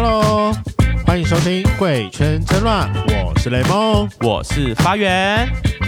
Hello， 欢迎收听《贵圈争乱》，我是雷梦， 我是发源。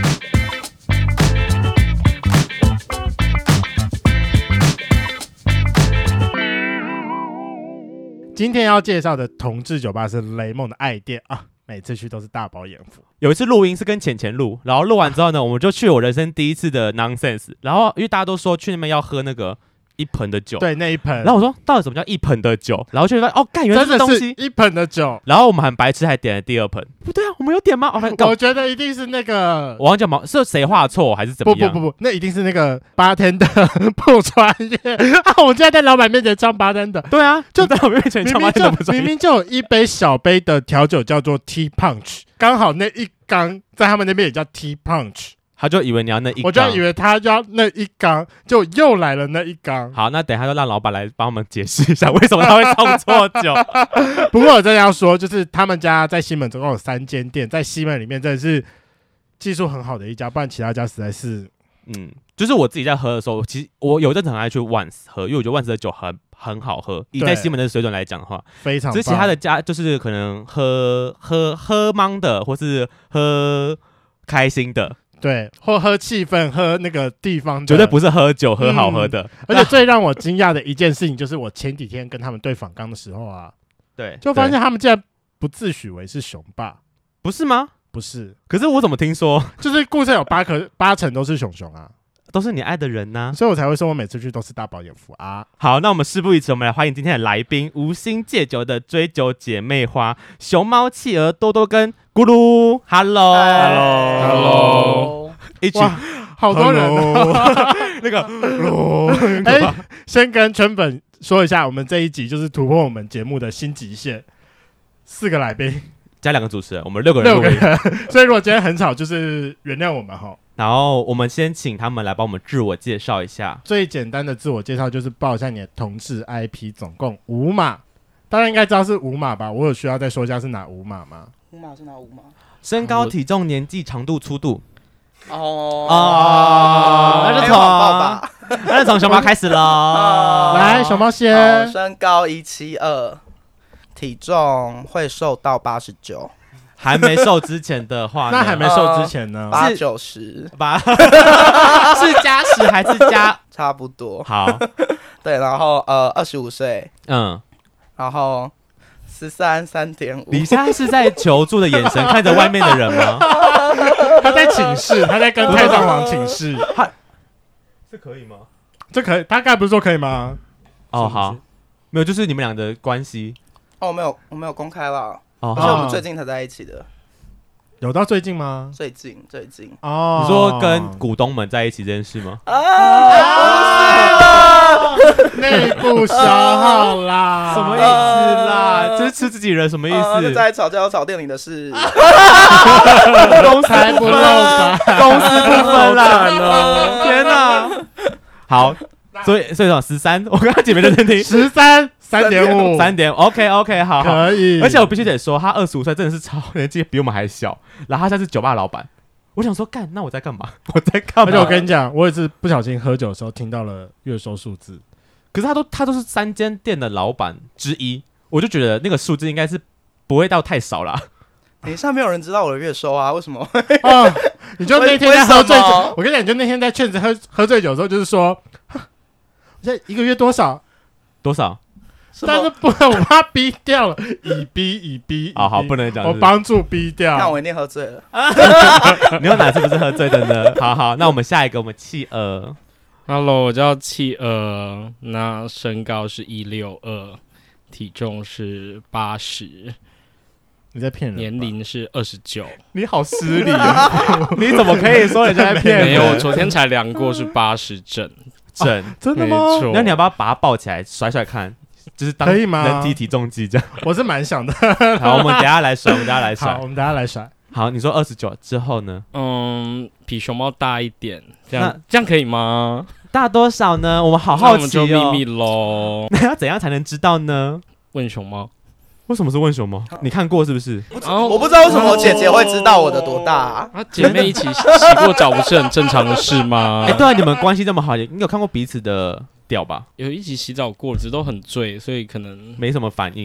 今天要介绍的同志酒吧是雷梦的爱店啊，每次去都是大饱眼福。 有一次录音是跟浅浅录，然后录完之后呢，我们就去我人生第一次的 Nonsense， 然后因为大家都说去那边要喝那个一盆的酒， 对，那一盆。 然后我说到底什么叫一盆的酒，然后就发现哦，干原来这东西真的是一盆的酒。 然后我们很白痴，还点了第二盆。不对啊，我们有点吗？ 我觉得一定是那个， 我忘记是谁画错还是怎么样？ 不，那一定是那个bartender不专业啊！我现在在老板面前唱bartender， 对啊，就在我面前唱bartender不专业。 明明就有一杯小杯的调酒叫做 Tea Punch， 刚好那一缸在他们那边也叫 Tea Punch。 他就以为你要那一缸， 我就以为他要那一缸，就又来了那一缸。 好，那等一下就让老板来帮我们解释一下为什么他会送错酒。 不过我真的要说，就是他们家在西门总共有3间店，在西门里面真的是技术很好的一家，不然其他家实在是， 就是我自己在喝的时候，其实我有一阵子很爱去万斯喝，因为我觉得万斯的酒很好喝，以在西门的水准来讲的话， 非常棒。 只是其他的家就是可能喝懵的，或是喝开心的。 对，或喝气氛，喝那个地方的， 绝对不是喝酒，喝好喝的。 而且最让我惊讶的一件事情，就是我前几天跟他们对访纲的时候啊， 对， 就发现他们竟然不自诩为是熊爸， 不是吗？ 不是， 可是我怎么听说， 就是故事有八成都是熊熊啊， 都是你爱的人呐、 所以我才会说我每次去都是大饱眼福啊。 好，那我们事不宜迟，我们来欢迎今天的来宾，无心戒酒的追酒姐妹花，熊猫企鹅多多跟咕噜 ，Hello， 一起， 好多人哦， 那个， 先跟圈粉说一下，我们这一集就是突破我们节目的新极限，4个来宾加2个主持人，我们6个人录音， 所以如果今天很吵，就是原谅我们哈。 然后我们先请他们来帮我们自我介绍一下。 最简单的自我介绍就是报一下你的同志 IP， 总共5码，大家应该知道是5码吧？我有需要再说一下是哪5码吗 5码是哪5码？ 身高、体重、年纪、长度、粗度。 那就从熊猫开始喽。 来，熊猫先。 身高172，体重会瘦到89。 还没瘦之前的话呢， 那还没瘦之前呢 ？80-90， 是加10还是加？ 差不多。 好， 对，然后25岁，然后13.3.5。 你现在是在求助的眼神看着外面的人吗？ 他在请示，他在跟太上皇请示， 这可以吗？ 这可以，他刚才不是说可以吗？ 哦，好，没有，就是你们俩的关系。 我没有公开了。 而且我们最近才在一起的。 有到最近吗？ 最近哦。 你说跟股东们在一起这件事吗？ 内部消耗啦， 什么意思啦？这是吃自己人什么意思？ 在吵架要吵店里的事。 公司不漏吧？ 公司不分啦！天哪！好，所以13，我刚刚姐妹认真听 13.3.5 ，OK， 好， 可以。 而且我必须得说，他25岁真的是超年纪比我们还小，然后他现在是酒吧老板。我想说，那我在干嘛？而且我跟你讲，我也是不小心喝酒的时候听到了月收数字， 可是他都是3间店的老板之一，我就觉得那个数字应该是不会到太少啦。 等一下，没有人知道我的月收啊？为什么？ 你就那天在喝醉酒，我跟你讲，你就那天在劝子喝醉酒的时候，就是说，我现在1个月多少？但是不能，我把他逼掉了，以逼。 好，不能讲。 我帮助逼掉。 看我一定喝醉了。 你有哪次不是喝醉的呢？好，那我们下一个，我们企鹅。 Hello， 我叫企鹅，那身高是162，体重是80。 你在骗人？ 年龄是29。 你好失礼啊！你怎么可以说人家在骗人？ 没有，我昨天才量过是80整。 真的吗？ 那你要不要把它抱起来甩甩看？就是当可以吗？ 人体体重计这样， 我是蛮想的。 好，我们等一下来甩， 好，我们等一下来甩。 好，你说29之后呢？ 比熊猫大一点，这样可以吗？ 大多少呢？我们好好奇哦。 那我们就秘密喽。 那要怎样才能知道呢？ 问熊猫。 为什么是问熊猫？你看过是不是？ 我不知道为什么我姐姐会知道我的多大。 姐妹一起洗过澡不是很正常的事吗？ 对啊，你们关系这么好，你有看过彼此的屌吧？ 有一起洗澡过，只是都很醉，所以可能没什么反应。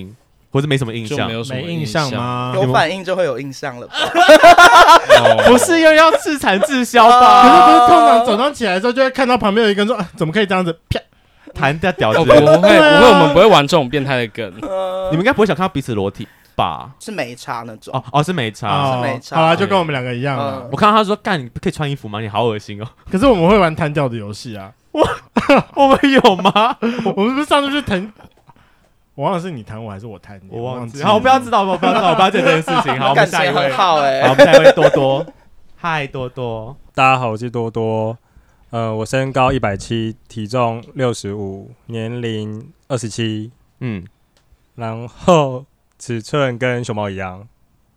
或者没什么印象就没？有什么没印象吗？ 有反应就会有印象了吧？ 不是又要自产自销可吧？ 是不是通常早上起来之后就会看到旁边有一个人说、怎么可以这样子？啪！ 弹掉屌子哦，不会，我们不会玩这种变态的梗。 你们应该不会想看到彼此裸体吧？ 是没差那种。 哦，是没差。 是没差好啦，就跟我们两个一样了。 我看到他说：“干，你可以穿衣服吗？你好恶心哦。 可是我们会玩弹掉的游戏啊。” 我们有吗？ 我们不是上次去弹？我忘了是你弹我还是我弹你， 我忘记。 了。 好，我不要知道，我不要记得这件事情。好，我们感下一位。 情很好好，我们下一位多多。嗨，多多。 大家好，我是多多。我身高170，体重65，年龄27， 嗯， 然后尺寸跟熊猫一样。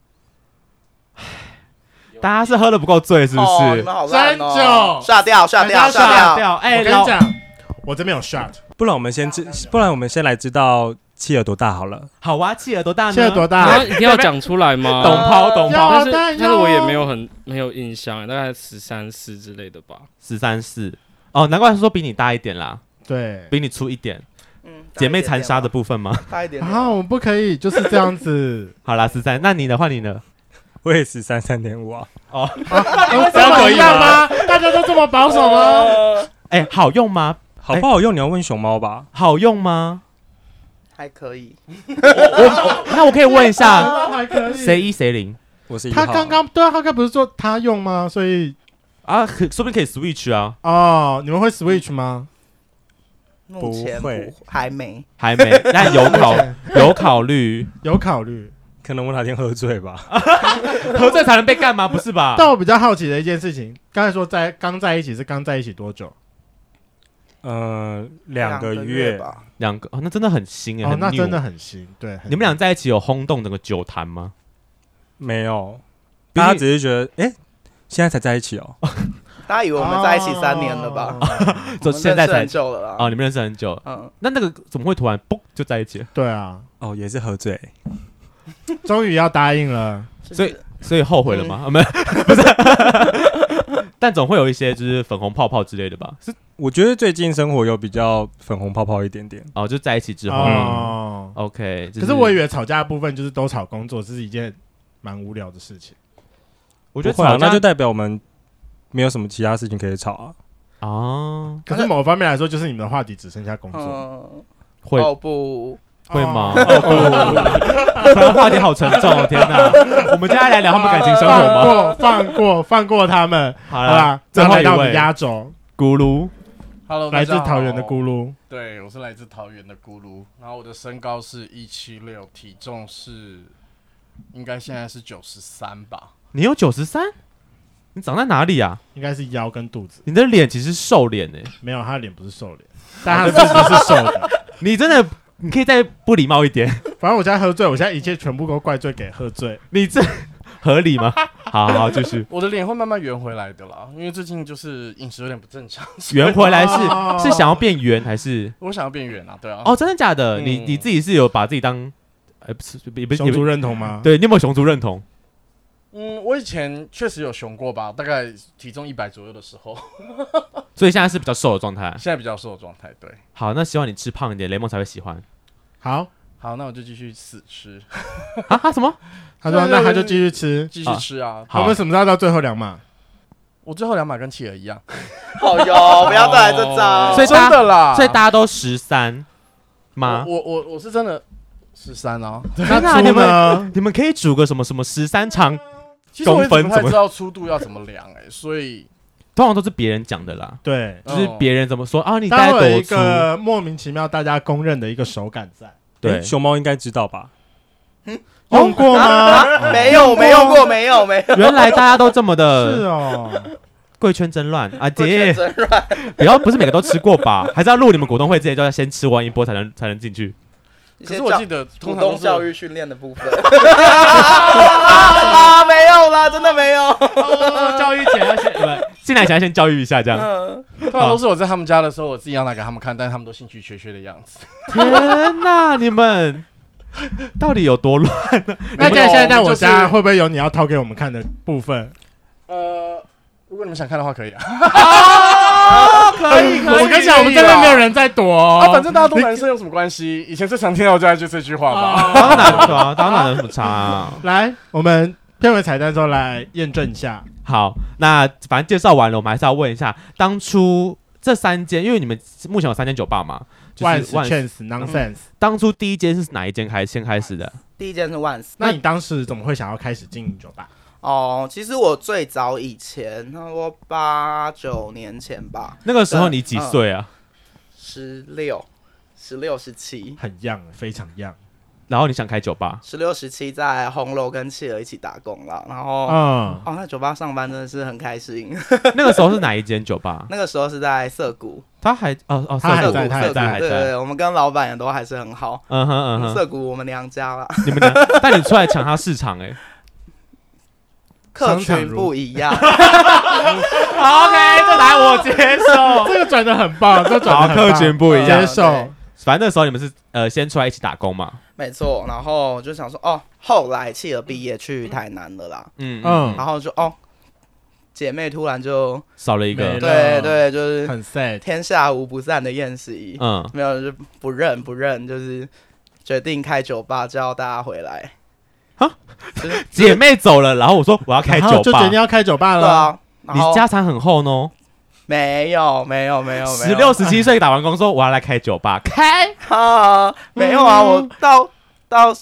大家是喝的不够醉，是不是？ 哦你们好烂真哦！ 久刷掉，刷掉，刷掉。 掉。哎， 我跟你讲，我这边有 shot， 不然我们先来知道企鹅多大好了。 好啊，企鹅多大呢？ 现在多然大后？一定要讲出来吗？ 懂抛， 但是我也没有印象，大概13、4之类的吧。 13、4。哦，难怪他说比你大一点啦， 对。 比你粗一点。 嗯， 姐妹残杀的部分吗？ 大一点啊，我们不可以就是这样子。 好啦，13。那你的换你呢？ 我也13 3.5啊。 哦， 这样可以吗？大家都这么保守吗？ 哎，好用吗？ 好不好用？你要问熊猫吧。 好用吗？ 还可以。 那我可以问一下， 还可以。 谁1谁0 我是1号。 他刚刚对啊，他刚不是说他用吗？所以啊？说不定可以 switch 啊， 哦，你们会 switch 吗？ 目前不会还没。 还没，但有考虑， 有考虑。 可能我哪天喝醉吧。 喝醉才能被干吗？不是吧？ 但我比较好奇的一件事情，刚才说刚在一起是刚在一起多久？ 2个月吧。 2个哦，那真的很新哎， 哦， 很那 new 真的很新。对， 你们俩在一起有轰动整个酒坛吗？ 没有， 毕竟大家只是觉得，现在才在一起哦。 大家以为我们在一起3年了吧？ 就现在才我们认识很久了啦。 哦，你们认识很久，那个怎么会突然嘣就在一起了？ 对啊， 哦，也是喝醉。 终于要答应了。 所以后悔了吗？没有，不是。但总会有一些就是粉红泡泡之类的吧？是我觉得最近生活有比较粉红泡泡一点点。 哦，就在一起之后哦。 OK， 可是我以为吵架的部分就是都吵工作，这是一件蛮无聊的事情。 我觉得吵架不会啊那就代表我们没有什么其他事情可以吵啊。 哦， 可是某方面来说，就是你们的话题只剩下工作。 会哦不， 会吗？突然话题好沉重哦！天哪，我们接下来聊他们感情生活吗？ 放过他们。 好啦， 最后一来到我们位压轴， 咕噜， Hello， 来自桃园的咕噜。 对，我是来自桃园的咕噜，然后我的身高是176，体重是应该现在是93吧。 你有93？你长在哪里啊？ 应该是腰跟肚子。 你的脸其实是瘦脸诶， 没有，他的脸不是瘦脸，但他的肚子是瘦的。 你真的，你可以再不礼貌一点。 反正我现在喝醉，我现在一切全部都怪罪给喝醉。 你这合理吗？好，继续。 我的脸会慢慢圆回来的啦，因为最近就是饮食有点不正常。 圆回来是想要变圆还是？ 我想要变圆啊，对啊。 哦，真的假的？你自己是有把自己当，不是也不是熊族认同吗？ 对，你有没有熊族认同？ 我以前确实有熊过吧，大概体重100左右的时候， 所以现在是比较瘦的状态。 现在比较瘦的状态。对， 好，那希望你吃胖一点，雷梦才会喜欢。 好， 那我就继续死吃。 啊？什么？ 他说那他就继续吃， 继续吃啊。 我们什么时候到最后2码？ 我最后2码跟企鹅一样。 好哟，不要再来这招。 所以真的啦， 所以大家都13吗？ 我是真的13啊。 那你们可以煮个什么13长其实我也公分不太知道粗度要怎么量所以通常都是别人讲的啦。 对， 就是别人怎么说啊？你大概有一多粗？ 个莫名其妙大家公认的一个手感在。 对， 熊猫应该知道吧？ 用过吗？ 没有，没用过，没有。 原来大家都这么的。 是哦。 贵圈真乱啊！ 姐， 不是每个都吃过吧？还是要录你们股东会之前就要先吃完一波才能进去？ 可是我记得普通教育训练的部分没有啦，真的没有。 教育前要先进来前要先教育一下，这样。 通常都是我在他们家的时候，我自己要拿给他们看，但是他们都兴趣缺缺的样子。 天哪，你们到底有多乱呢？ 那现在在我家会不会有你要掏给我们看的部分？ 如果你们想看的话，可以啊。 可以， 我跟你讲，我们这边没有人在躲哦。 反正大家都男生有什么关系？以前最常听到就这句话吧。 当然对啊，当然有什么差啊？ 来，我们片尾彩蛋之后来验证一下。 好，那反正介绍完了，我们还是要问一下，当初这3间，因为你们目前有3间酒吧嘛，就是 Once、Chance、Nonsense。 当初第一间是哪一间先开始的？ 第一间是 Once。 那你当时怎么会想要开始经营酒吧？ 哦，其实我最早以前，差不多8、9年前吧。 那个时候你几岁啊 ？16、17， 很young，非常young。 然后你想开酒吧 ？16、17在红楼跟企鹅一起打工了，然后在酒吧上班真的是很开心。 那个时候是哪一间酒吧？ 那个时候是在涩谷。 他还在， 对，我们跟老板也都还是很好。涩谷我们娘家了。 你们娘，但你出来抢他市场客群不一样。 OK， 这来我接受， 这个转的很棒，这转的很棒， 客群不一样， 接受。 反正那时候你们是先出来一起打工嘛？ 没错，然后就想说后来企鹅毕业去台南了啦。然后就姐妹突然就少了一个， 对，就是很 sad， 天下无不散的宴席。没有就不认，就是决定开酒吧，叫大家回来。 姐妹走了，然后我说我要开酒吧， 就决定要开酒吧了。 对啊， 你家产很厚呢。 没有 ，16、17岁打完工说我要来开酒吧， 没有啊，我到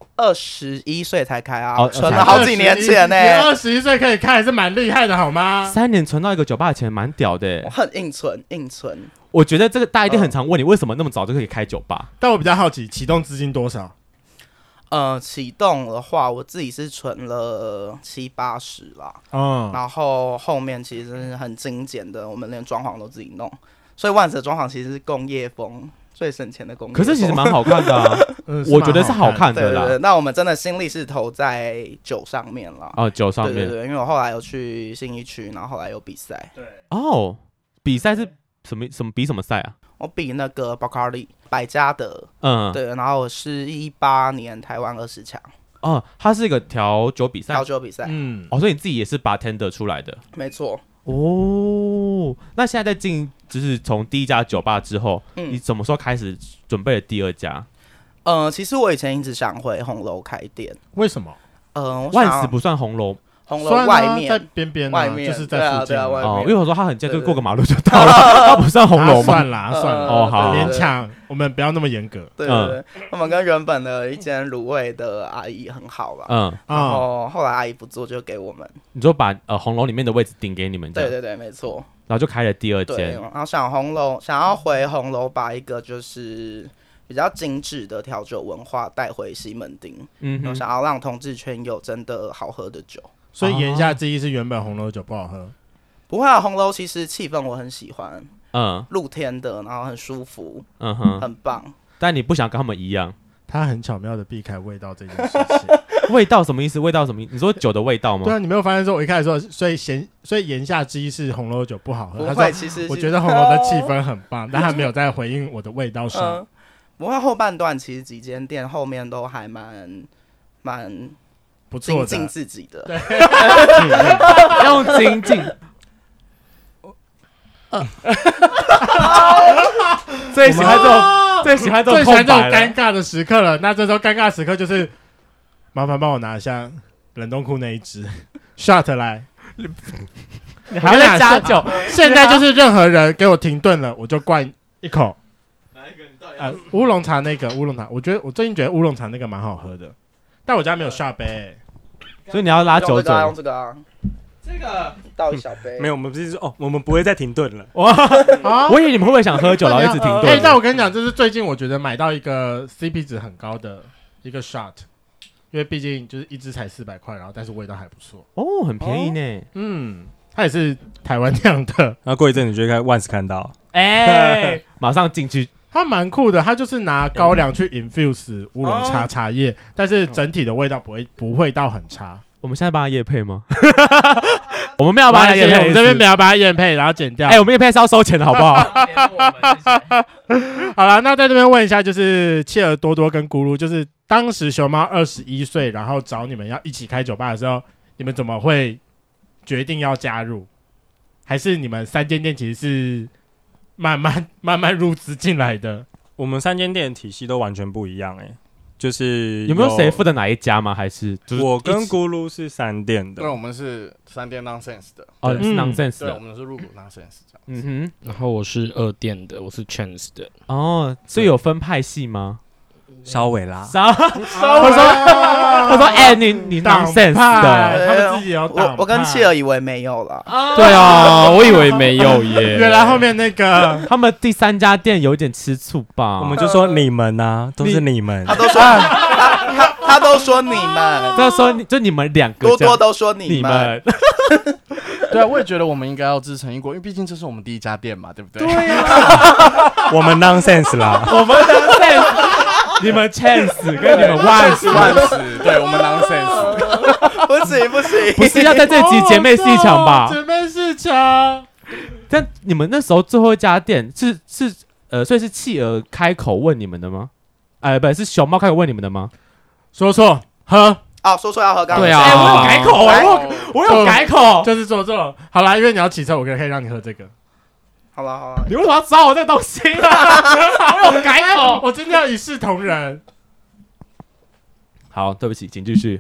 21岁才开啊，存了好几年钱呢。 你21岁可以开，还是蛮厉害的，好吗 ？3年存到一个酒吧的钱，蛮屌的。 我很硬存。 我觉得这个大家一定很常问你，为什么那么早就可以开酒吧？ 但我比较好奇，启动资金多少？ 启动的话，我自己是存了70、80啦。然后后面其实是很精简的，我们连装潢都自己弄，所以Once的装潢其实是工业风，最省钱的工业风。 可是其实蛮好看的啊，我觉得是好看的啦。 对，那我们真的心力是投在酒上面啦。 酒上面。 对，因为我后来有去信义区，然后后来有比赛。 对。 比赛是什么比什么赛啊？ 我比那个 Bacardi 百加得，对，然后我是18年台湾20强。 它是一个调酒比赛， 所以你自己也是 bartender 出来的， 没错。 那现在在进，就是从第一家酒吧之后，你什么时候开始准备了第2家？ 其实我以前一直想回红楼开店， 为什么 ？Once不算红楼。 红楼外面， 在边边， 外面就是在附近。 因为我说他很近，就过个马路就到了，他不算红楼吗？ 算了， 好， 勉强，我们不要那么严格。 对，我们跟原本的一间卤味的阿姨很好吧。然后后来阿姨不做，就给我们。 你就把红楼里面的位置顶给你们。 对，没错。 然后就开了第2间。 然后想要回红楼，把一个就是比较精致的调酒文化带回西门町。想要让同志圈有真的好喝的酒。 所以言下之意是原本红楼酒不好喝？ 不会啊，红楼其实气氛我很喜欢，露天的，然后很舒服，很棒。 但你不想跟他们一样， 他很巧妙的避开味道这件事情。 味道什么意思？你说酒的味道吗？ 对啊，你没有发现说，我一开始说，所以言下之意是红楼酒不好喝。 不会，其实我觉得红楼的气氛很棒，但他没有在回应我的味道上。 不过后半段其实几间店后面都还蛮不错的， 精进自己的， 用精进。最喜欢这种尴尬的时刻了。那这时候尴尬时刻就是麻烦帮我拿一下冷冻库那一支 shot 来。 你还在加酒？ 现在就是任何人给我停顿了，我就灌一口。哪一个？你到底乌龙茶那个乌龙茶，我最近觉得乌龙茶那个蛮好喝的，但我家没有下杯。 所以你要拉酒嘴， 用这个啊，这个倒一小杯。 没有，我们不是说我们不会再停顿了。 我以为你们会不会想喝酒，然后一直停顿。 但我跟你讲，这是最近我觉得买到一个 CP 值很高的一个 shot， 因为毕竟就是一支才400块，然后但是味道还不错。 很便宜呢。 它也是台湾酿的。 然后过一阵你就会Once看到， 马上进去。 它蛮酷的，它就是拿高粱去 infuse 乌龙茶叶，但是整体的味道不会到很差。 我们现在帮他业配吗？我们没有帮他业配， 我们这边没有帮他业配，然后剪掉。 我们业配是要收钱的，好不好？ 好了，那在这边问一下，就是切尔多多跟咕噜，就是当时熊猫21岁，然后找你们要一起开酒吧的时候，你们怎么会决定要加入？ 还是你们3间店其实是慢慢入资进来的？ 我们3间店的体系都完全不一样就是有没有谁负责哪一家吗？还是我跟咕噜是3店的？ 对，我们是3店 Nonsense 的。 哦，是 Nonsense 的。 对，我们是入股 Nonsense 这样。 嗯哼。 然后我是2店的，我是 Chance 的。 哦，所以有分派系吗？ 稍微啦。 我说，你 Nonsense 的， 他们自己有党派。 我跟契儿以为没有啦。 对啊，我以为没有耶。 原来后面那个他们第3家店有点吃醋吧？ 我们就说你们啊，都是你们。 他都说他都说你们， 他说就你们2个， 多多都说你们。 对啊，我也觉得我们应该要自成一国，因为毕竟这是我们第1家店嘛，对不对？ 对啊， 我们 Nonsense 啦， 我们 Nonsense， 你们 Chance 跟你们万事， 对，我们 Nonsense， 不行， 不是要在这集姐妹市场吧？ 姐妹市场。 但你们那时候最后一家店是所以是企鹅开口问你们的吗？不是熊猫开口问你们的吗？ 说错，喝。 哦，说要喝刚。 对啊，我有改口，我有改口， 就是做错。好啦，因为你要骑车，我可以让你喝这个。 好了， 你为什么要找我这个东西啊？我有改口， 我今天要一视同仁。 好，对不起，请继续。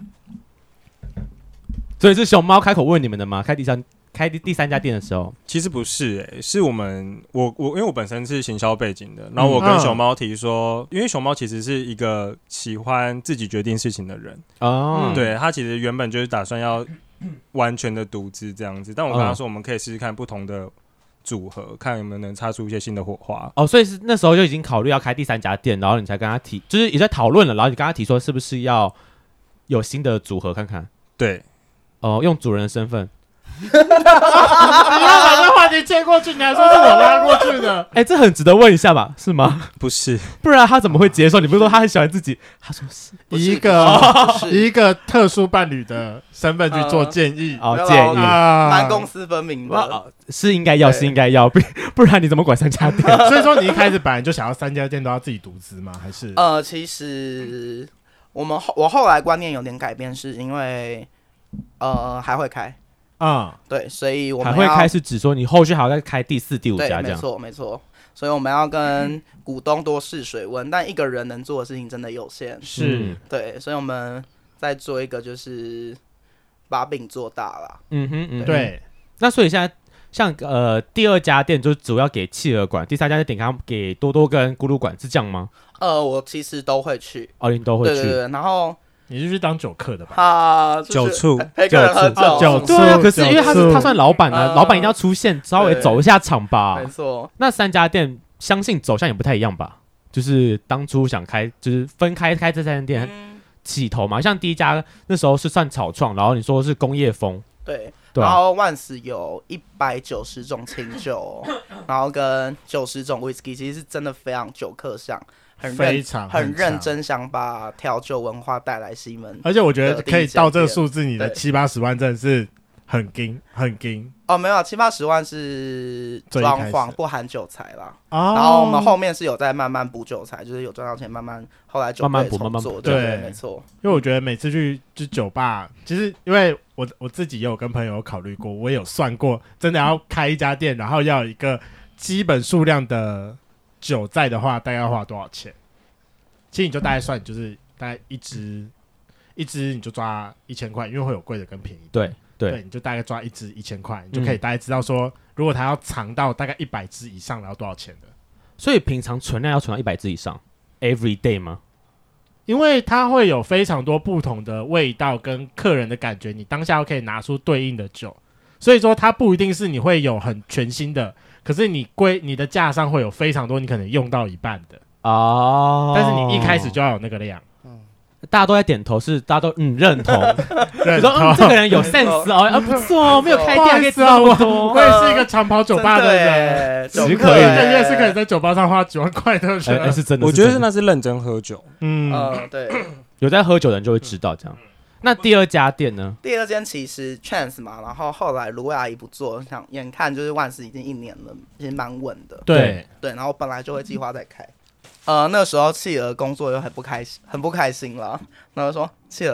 所以是熊猫开口问你们的吗？开第三家店的时候， 其实不是是我因为我本身是行销背景的，然后我跟熊猫提说，因为熊猫其实是一个喜欢自己决定事情的人对，他其实原本就是打算要完全的独资这样子，但我跟他说我们可以试试看不同的组合，看有没有能擦出一些新的火花。 所以是那时候就已经考虑要开第3家店，然后你才跟他提，就是也在讨论了，然后你跟他提说是不是要有新的组合看看？ 对， 用主人的身份。 你要把这话题接过去，你还说是我拉过去的？ 这很值得问一下吧？是吗？ 不是， 不然他怎么会接受？你不是说他很喜欢自己？他说是以一个特殊伴侣的身份去做建议。 建议蛮公私分明的， 是应该要，不然你怎么管3家店？ 所以说你一开始本来就想要3家店都要自己独资吗？还是其实我后来观念有点改变，是因为还会开。对，所以我们还会开是指说你后续还要再开第4、第5家这样。 没错。所以我们要跟股东多试水温，但一个人能做的事情真的有限。 是， 对，所以我们再做一个就是把饼做大啦。 对。 那所以现在像第2家店就主要给企鹅管，第3家就点给多多跟咕噜管，是这样吗？ 我其实都会去。 你都会去。 对，然后。 你是去当酒客的吧？ 酒醋陪客人喝酒， 对啊。可是因为他算老板啊，老板一定要出现，稍微走一下场吧。 没错。 那3家店相信走向也不太一样吧？就是当初想开，就是分开这3家店起头嘛。像第1家那时候是算草创，然后你说是工业风， 对。然后万斯有190种清酒，然后跟90种 whisky， 其实是真的非常酒客向。很认真想把调酒文化带来西门， 而且我觉得可以到这个数字，你的70-80万真的是很惊。 没有70-80万是装潢不含酒材啦。然后我们后面是有在慢慢补酒材，就是有赚到钱慢慢后来就慢慢补。 对， 没错。 因为我觉得每次去就酒吧，其实因为我自己也有跟朋友考虑过，我也有算过，真的要开一家店，然后要有一个基本数量的酒在的话，大概要花多少钱？其实你就大概算，就是大概一支你就抓1000块，因为会有贵的跟便宜的。对，你就大概抓一支1000块，你就可以大概知道说，如果他要藏到大概100支以上，然后多少钱的。 所以平常存量要存到100支以上 ，every day 吗？ 因为它会有非常多不同的味道跟客人的感觉，你当下可以拿出对应的酒，所以说它不一定是你会有很全新的，可是你的架上会有非常多你可能用到一半的。但是你一开始就要有那个量。 大家都在点头，是大家都认同。你说这个人有 sense 不错，没有开店可以吃那么多。 我也是一个长跑酒吧的人， 其实可以， 也是可以在酒吧上花几万块的人。 是真的。 我觉得那是认真喝酒。 对， 有在喝酒的人就会知道这样。那第2家店呢？ 第2间其实 Chance 嘛，然后后来卢阿姨不做，想眼看就是万斯已经1年了，其实蛮稳的。 对， 然后本来就会计划再开。那时候企鹅工作又很不开心了，然后说企鹅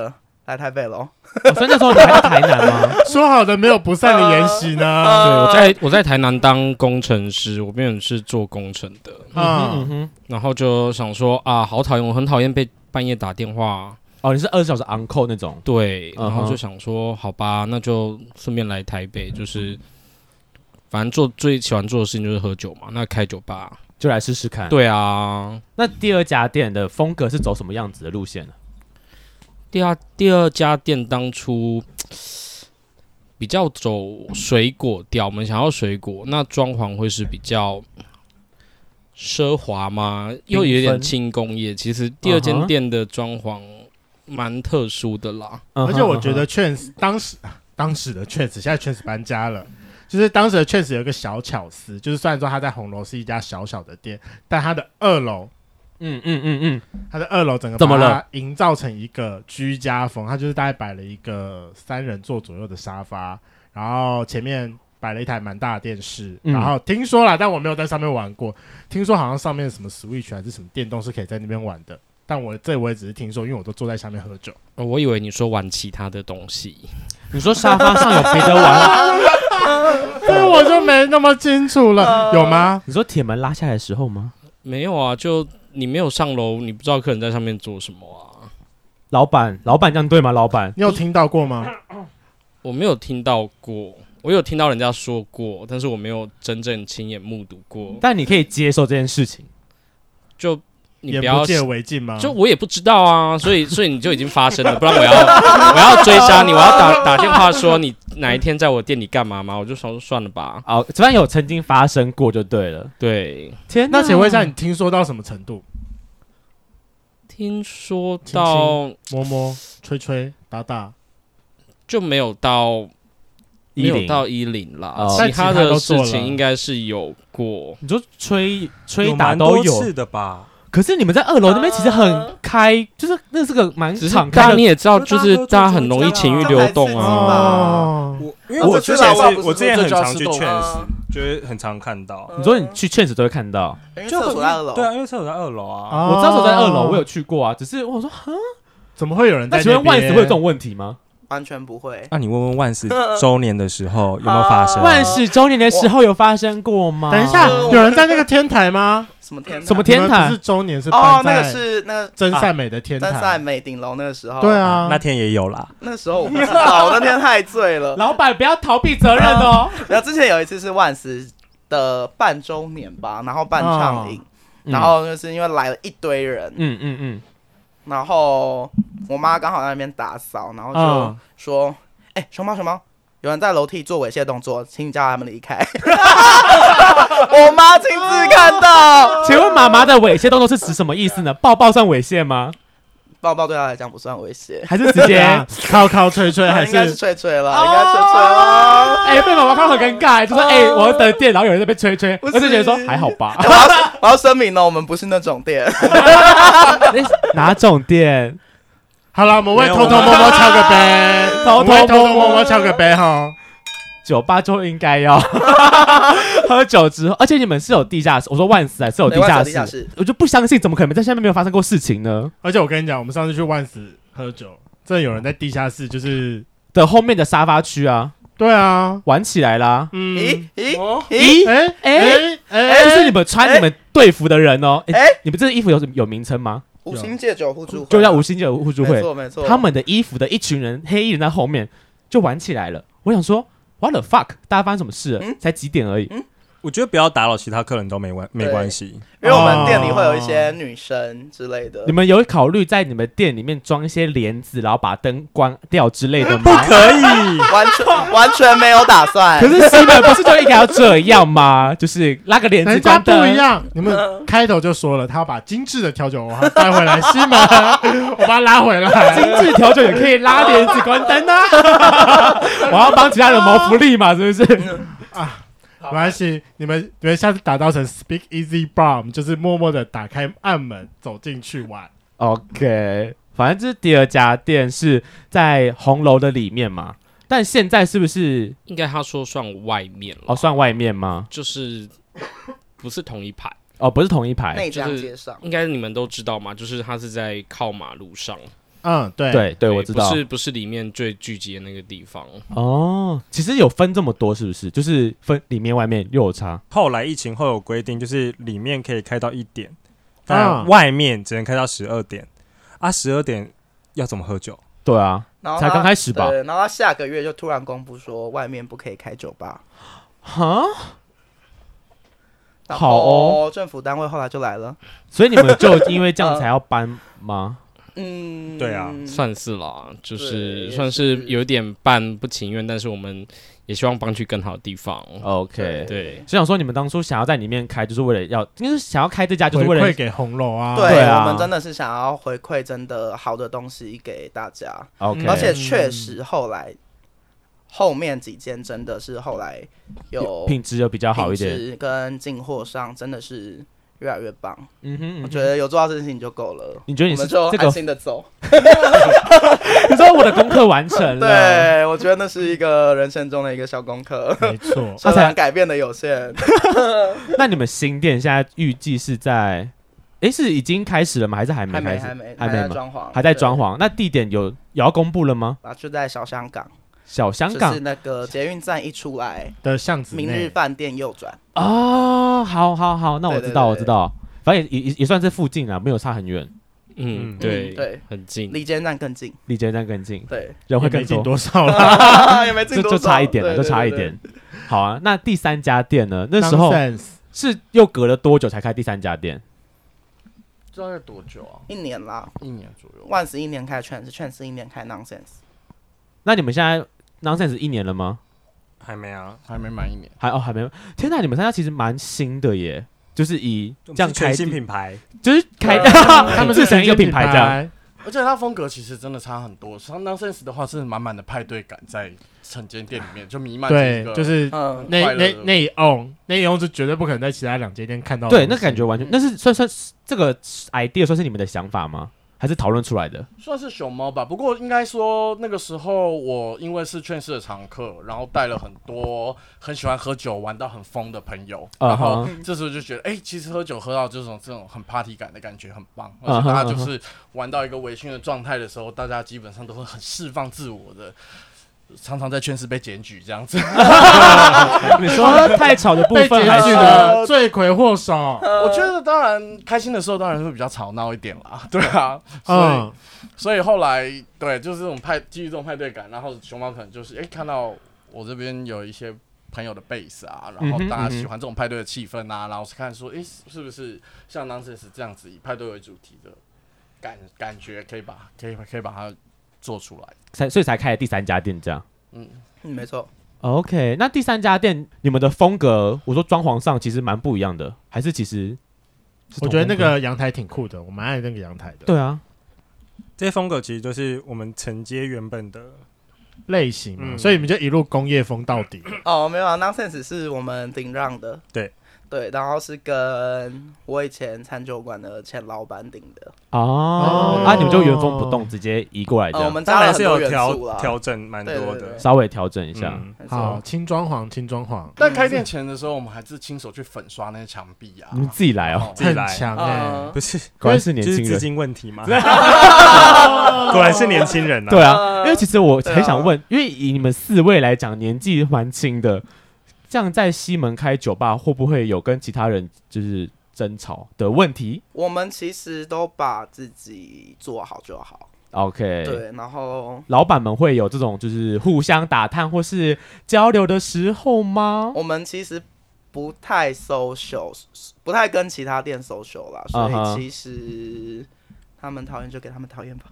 来台北喽。 所以那时候你还在台南吗？ 说好的没有不散的筵席呢？ 对，我在台南当工程师，我原本是做工程的，然后就想说啊，好讨厌，我很讨厌被半夜打电话。 哦，你是24小时 on call 那种？ 对，然后就想说，好吧，那就顺便来台北，就是反正最喜欢做的事情就是喝酒嘛，那开酒吧就来试试看。 对啊， 那第二家店的风格是走什么样子的路线呢？ 第二家店当初比较走水果调，我们想要水果，那装潢会是比较奢华吗？又有点轻工业。其实第二间店的装潢蛮特殊的啦， 而且我觉得Chance当时的Chance，现在Chance搬家了。就是当时的Chance有一个小巧思，就是虽然说他在红楼是一家小小的店，但他的2楼，他的2楼整个把它营造成一个居家风，他就是大概摆了一个3人座左右的沙发，然后前面摆了一台蛮大的电视，然后听说啦，但我没有在上面玩过，听说好像上面什么 Switch 还是什么电动是可以在那边玩的，但我也只是听说，因为我都坐在下面喝酒。 我以为你说玩其他的东西， 你说沙发上有别的玩这我就没那么清楚了，有吗？ 你说铁门拉下来的时候吗？ 没有啊，就你没有上楼，你不知道客人在上面做什么啊。 老板这样对吗？老板， 你有听到过吗？ 我没有听到过，我有听到人家说过，但是我没有真正亲眼目睹过。 但你可以接受这件事情， 就你不要眼不见为净吗？ 就我也不知道啊，所以你就已经发生了，不然我要追杀你，我要打电话说你哪一天在我店里干嘛吗？我就说算了吧。 哦，这边有曾经发生过就对了。 对， 天哪， 那请问一下，你听说到什么程度？ 听说到摸摸、吹吹、打打， 就没有到10啦，其他的事情应该是有过。 你说吹打都有是的吧？ 可是你们在2楼那边其实很开，就是那是个蛮敞开的。 你也知道，就是大家很容易情欲流动啊。 因为我之前很常去Chance，就是很常看到。 你说你去Chance都会看到， 因为厕所在2楼。 对啊，因为厕所在2楼啊。 我知道厕所在2楼，我有去过啊。只是我说， 怎么会有人在那边？ 那请问万斯会有这种问题吗？ 完全不会。 那你问问万斯周年的时候有没有发生？ 万斯周年的时候有发生过吗？ 等一下，有人在那个天台吗？ 什么天台？ 什么天台？ 不是周年是办在那个是那个真善美的天台， 真善美顶楼那个时候。 对啊， 那天也有啦。 那时候我不知道，我那天太醉了。 老板不要逃避责任哦。 然后之前有一次是万斯的半周年吧，然后办畅饮，然后就是因为来了一堆人，然后我妈刚好在那边打扫，然后就说：“熊猫，有人在楼梯做猥亵动作，请你叫他们离开。”我妈亲自看到。 请问妈妈的猥亵动作是指什么意思呢？抱抱算猥亵吗？ 抱抱对她来讲不算猥亵， 还是直接靠吹吹，还是应该是吹吹了，应该吹吹了。 被妈妈看到很尴尬，就说我要得店，然后有人在被吹吹，我就觉得说还好吧。 我要声明哦，我们不是那种店。 哪种店？ 好了，我们为偷偷摸摸敲个杯，偷偷摸摸敲个杯哈。 酒吧就应该要喝酒之后，而且你们是有地下室，我说万斯还是有地下室，我就不相信，怎么可能在下面没有发生过事情呢？ 而且我跟你讲，我们上次去万斯喝酒，真的有人在地下室，就是的后面的沙发区啊。 对啊， 玩起来啦！是你们穿你们队服的人哦。你们这个衣服有名称吗？ 无心戒酒互助会， 就叫无心戒酒互助会。 没错。 他们的衣服的一群人，黑衣人在后面就玩起来了。我想说 ，What the fuck？ 大家发生什么事了？才几点而已。 我觉得不要打扰其他客人都没关系， 因为我们店里会有一些女生之类的。 你们有考虑在你们店里面装一些帘子，然后把灯关掉之类的吗？ 不可以， 完全没有打算。 可是西门不是就应该要这样吗？就是拉个帘子关灯。 不一样，你们开头就说了，他要把精致的调酒文化带回来。西门，我把他拉回来。 精致调酒也可以拉帘子关灯啊！我要帮其他人谋福利嘛，是不是？ 没关系，你们下次打造成 Speak Easy Bar， 就是默默的打开暗门走进去玩。 OK， 反正这是第二家店是在红楼的里面嘛，但现在是不是应该他说算外面了？ 算外面吗？ 就是不是同一排不是同一排， 内江街上， 应该你们都知道嘛，就是他是在靠马路上。 对，我知道， 不是里面最聚集的那个地方。 哦，其实有分这么多，是不是？就是分里面外面又有差。 后来疫情后有规定，就是里面可以开到1点，但外面只能开到12点。12点要怎么喝酒？ 对啊，才刚开始吧。 对，然后他下个月就突然公布说外面不可以开酒吧。 哈？ 好哦，政府单位后来就来了。 所以你们就因为这样才要搬吗？ 对啊， 算是啦，就是算是有点半不情愿，但是我们也希望搬去更好的地方。 OK， 对， 就想说你们当初想要在里面开，就是为了就是想要开这家，就是为了回馈给红楼啊。 对啊，我们真的是想要回馈真的好的东西给大家。 OK， 而且确实后面几间真的是后来有品质有比较好一点， 品质跟进货上真的是越来越棒。我觉得得有做到这件事情就够了。 你觉得你是我们就安心的走？ 你说我的功课完成了。 对，我觉得那是一个人生中的一个小功课。 没错， 虽然改变的有限。 那你们新店现在预计是在？是已经开始了吗？还是还没开始？ 还没装潢， 还在装潢。那地点有要公布了吗？ 就在小香港。 小香港就是那个捷运站一出来的巷子内， 明日饭店右转。 哦，好，那我知道，反正也算是附近啊，没有差很远。 对，很近， 离捷运站更近，对， 人会更多多少啦？ 也没进多少， 就差一点了，就差一点。好啊，那第3家店呢？那时候是又隔了多久才开第3家店？ 大概多久啊 ？1年啦 ，1年左右。 万斯1年开，Trance 1年开 Nonsense。 那你们现在 Nonsense 1年了吗？ 还没啊， 还没满1年。 还没。天哪，你们3家其实蛮新的耶，就是以这样开新品牌， 就是开他们是成一个品牌这样。 而且它风格其实真的差很多。像 Nonsense 的话是满满的派对感在整间店里面就弥漫着一个， 就是内容是绝对不可能在其他2间店看到的。 对，那感觉完全那是算这个 idea 算是你们的想法吗？还是讨论出来的？ 算是熊猫吧。不过应该说那个时候我因为是劝世的常客，然后带了很多很喜欢喝酒玩到很疯的朋友，然后这时候就觉得其实喝酒喝到这种很 party 感的感觉很棒，而且大家就是玩到一个微醺的状态的时候，大家基本上都会很释放自我的。常常在劝世被检举这样子。 你说太吵的部分还是罪魁祸首？ 我觉得当然开心的时候当然会比较吵闹一点啦，对啊，所以后来对就是基于这种派对感，然后熊猫可能就是看到我这边有一些朋友的 base 啊，然后大家喜欢这种派对的气氛啊，然后看说是不是像 Nonsense 这样子以派对为主题的感觉可以把它做出来， 所以才开了第3家店这样。 没错。 OK， 那第3家店你们的风格，我说装潢上其实蛮不一样的，还是其实我觉得那个阳台挺酷的，我蛮爱那个阳台的。 对啊， 这些风格其实就是我们承接原本的类型嘛，所以你们就一路工业风到底。 没有啊 ，Nonsense 是我们顶让的。对，然后是跟我以前餐酒馆的前老板顶的。 你们就原封不动直接移过来这样。 我们当然是有调整蛮多的， 稍微调整一下。 好，轻装潢。 但开店前的时候，我们还是亲手去粉刷那些墙壁啊。 你们自己来哦， 很强不是， 果然是年轻人， 就是资金问题吗？果然是年轻人啊。 对啊，因为其实我很想问，因为以你们4位来讲，年纪蛮轻的。这样在西门开酒吧会不会有跟其他人就是争吵的问题？ 我们其实都把自己做好就好。 OK， 对，然后老板们会有这种就是互相打探或是交流的时候吗？ 我们其实不太 social， 不太跟其他店 social 啦，所以其实他们讨厌就给他们讨厌吧。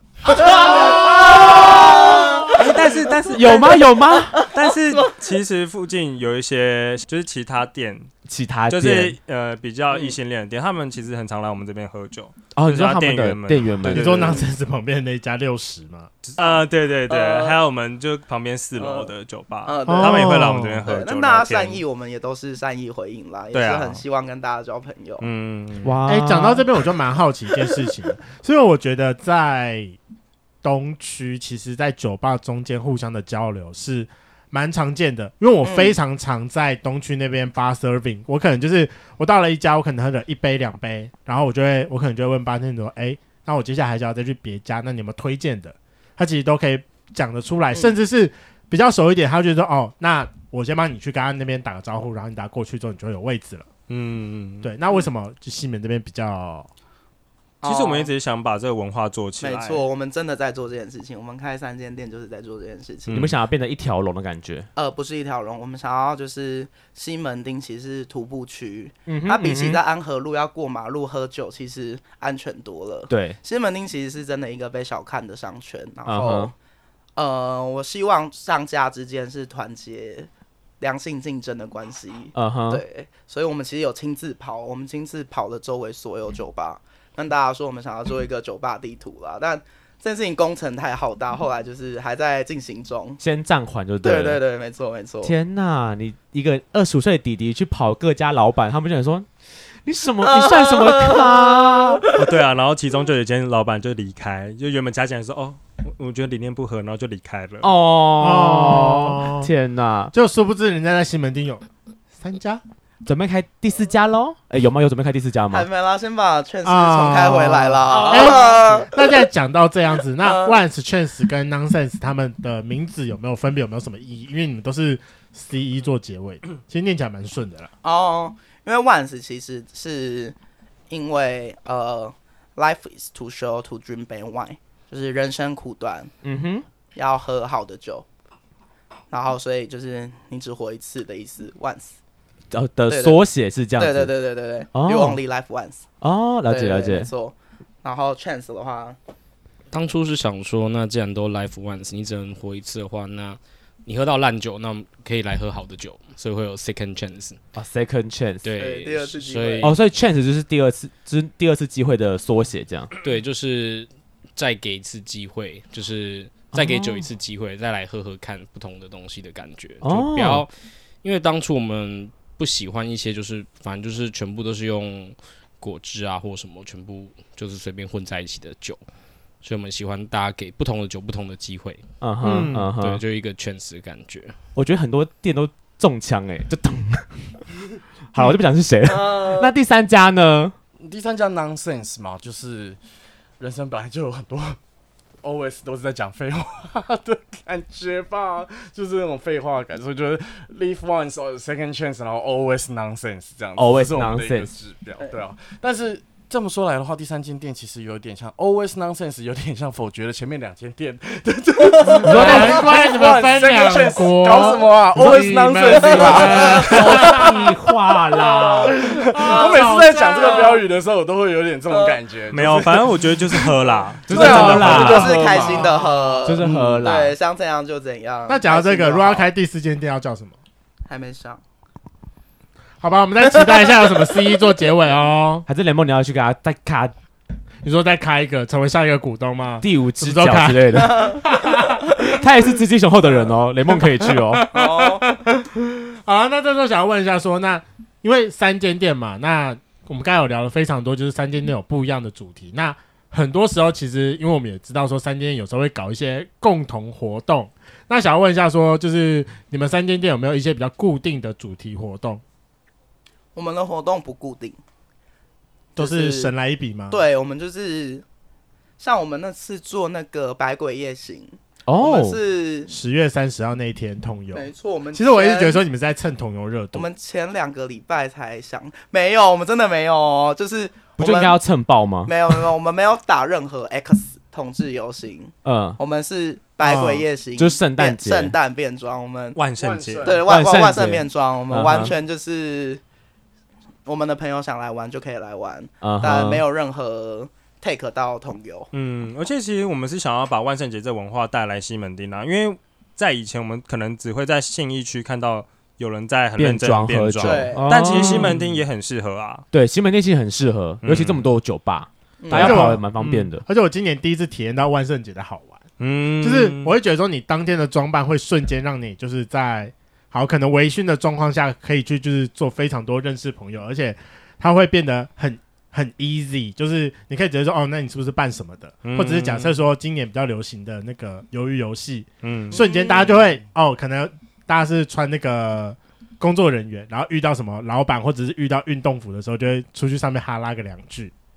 但是有吗？ 但是其实附近有一些就是其他店就是比较异性恋的店，他们其实很常来我们这边喝酒。 你说他们的店员们， 你说Nonsense旁边的那一家60吗？ 对，还有我们就旁边4楼的酒吧，他们也会来我们这边喝酒。 那大家善意，我们也都是善意回应啦，也是很希望跟大家交朋友。 哇， 讲到这边我就蛮好奇一件事情，所以我觉得在东区，其实在酒吧中间互相的交流是蛮常见的，因为我非常常在东区那边 bar serving， 我可能就是我到了一家，我可能喝了1杯2杯，然后我可能就会问bartender说， 那我接下来还是要再去别家，那你有没有推荐的？他其实都可以讲得出来，甚至是比较熟一点，他就觉得说哦，那我先帮你去跟他那边打个招呼，然后你打过去之后，你就会有位置了。对。那为什么就西门这边比较？ 其实我们一直想把这个文化做起来。 没错，我们真的在做这件事情。我们开3间店就是在做这件事情。 你们想要变成一条龙的感觉？ 不是一条龙，我们想要就是西门町其实是徒步区，它比起在安和路要过马路喝酒，其实安全多了。 对， 西门町其实是真的一个被小看的商圈。然后，我希望商家之间是团结、良性竞争的关系。对，所以我们其实有亲自跑，我们亲自跑了周围所有酒吧。跟大家说，我们想要做一个酒吧地图啦，但这件事情工程太浩大，后来就是还在进行中， 先暂缓就对了。 对对对，没错没错。 天哪，你一个25岁的弟弟去跑各家老板，他们就想说你什么？你算什么咖？ 对啊，然后其中就有一间老板就离开，就原本加起来说哦，我觉得理念不合，然后就离开了。 天哪！ 就殊不知人家在西门町有3家。 准备开第4家喽？有吗？有准备开第4家吗？ 还没啦，先把劝世重开回来啦。 那在讲到这样子，那 Once、劝世跟 Nonsense 他们的名字有没有分别？有没有什么意义？因为你们都是 CE 做结尾，其实念起来蛮顺的啦。 因为 Once 其实是因为Life is too short to drink bad wine， 就是人生苦短，要喝好的酒，然后所以就是你只活一次的意思 ，Once。 的缩写是这样子， 对，You only live once。 了解了解， 没错。然后 chance 的话， 当初是想说，那既然都 live once， 你只能活一次的话，那你喝到烂酒，那可以来喝好的酒，所以会有 second chance。second chance， 对，第二次机会。 所以 chance 就是第二次机会的缩写，这样。 对，就是再给一次机会，就是再给酒一次机会，再来喝喝看不同的东西的感觉，就不要，因为当初我们不喜欢一些就是反正就是全部都是用果汁啊或什么全部就是随便混在一起的酒，所以我们喜欢大家给不同的酒不同的机会。对，就一个全食感觉。 我觉得很多店都中枪就咚。好了，我就不讲是谁了。那第3家呢？ 第3家 Nonsense 嘛，就是人生本来就有很多always 都是在讲废话的感觉吧，就是那种废话感，所以就是 live once or second chance， 然后 always nonsense 这样子 ，always 是我们的一个指标，对啊。但是这么说来的话，第3间店其实有点像 always nonsense， 有点像否决了前面2间店。对， 难怪你们分2国， 搞什么啊 ？always nonsense 啦，屁话啦！ 我每次在讲这个标语的时候，我都会有点这种感觉。 没有，反正我觉得就是喝啦， 就是喝啦， 就是开心的喝， 就是喝啦。 对，想怎样就怎样。 那讲到这个，如果要开第4间店，要叫什么？ 还没上。 好吧，我们再期待一下有什么 CE 做结尾哦。 还是联盟你要去给他再开？ 你说再开一个，成为下一个股东吗？ 第5只脚之类的。他也是资金雄厚的人哦，联盟可以去哦。 好，那这时候想要问一下说，那因为3间店嘛，那我们刚才有聊了非常多，就是3间店有不一样的主题。那很多时候其实因为我们也知道说3间店有时候会搞一些共同活动。那想要问一下说，就是你们3间店有没有一些比较固定的主题活动？ 我们的活动不固定， 都是神来一笔吗？ 对，我们就是像我们那次做那个百鬼夜行，我们是 10月30号那一天同游。 没错，我们其实我一直觉得说你们是在蹭同游热度。 我们前2个礼拜才想，没有，我们真的没有，就是不就应该要蹭爆吗？ 没有，我们没有打任何 X 同志游行，我们是百鬼夜行， 就是圣诞节、 圣诞变装，我们万圣节， 对万圣变装，我们完全就是我们的朋友想来玩就可以来玩，但没有任何 take 到同游。 而且其实我们是想要把万圣节这文化带来西门町啊，因为在以前我们可能只会在信义区看到有人在很认真的变装，但其实西门町也很适合啊。 对，西门町其实很适合，尤其这么多酒吧，大家跑也蛮方便的。 而且我今年第一次体验到万圣节的好玩，就是我会觉得说你当天的装扮会瞬间让你就是在可能微醺的状况下可以去就是做非常多认识朋友，而且它会变得很 easy， 就是你可以直接说那你是不是办什么的，或者是假设说今年比较流行的那个鱿鱼游戏，瞬间大家就会可能大家是穿那个工作人员，然后遇到什么老板或者是遇到运动服的时候，就会出去上面哈拉个2句，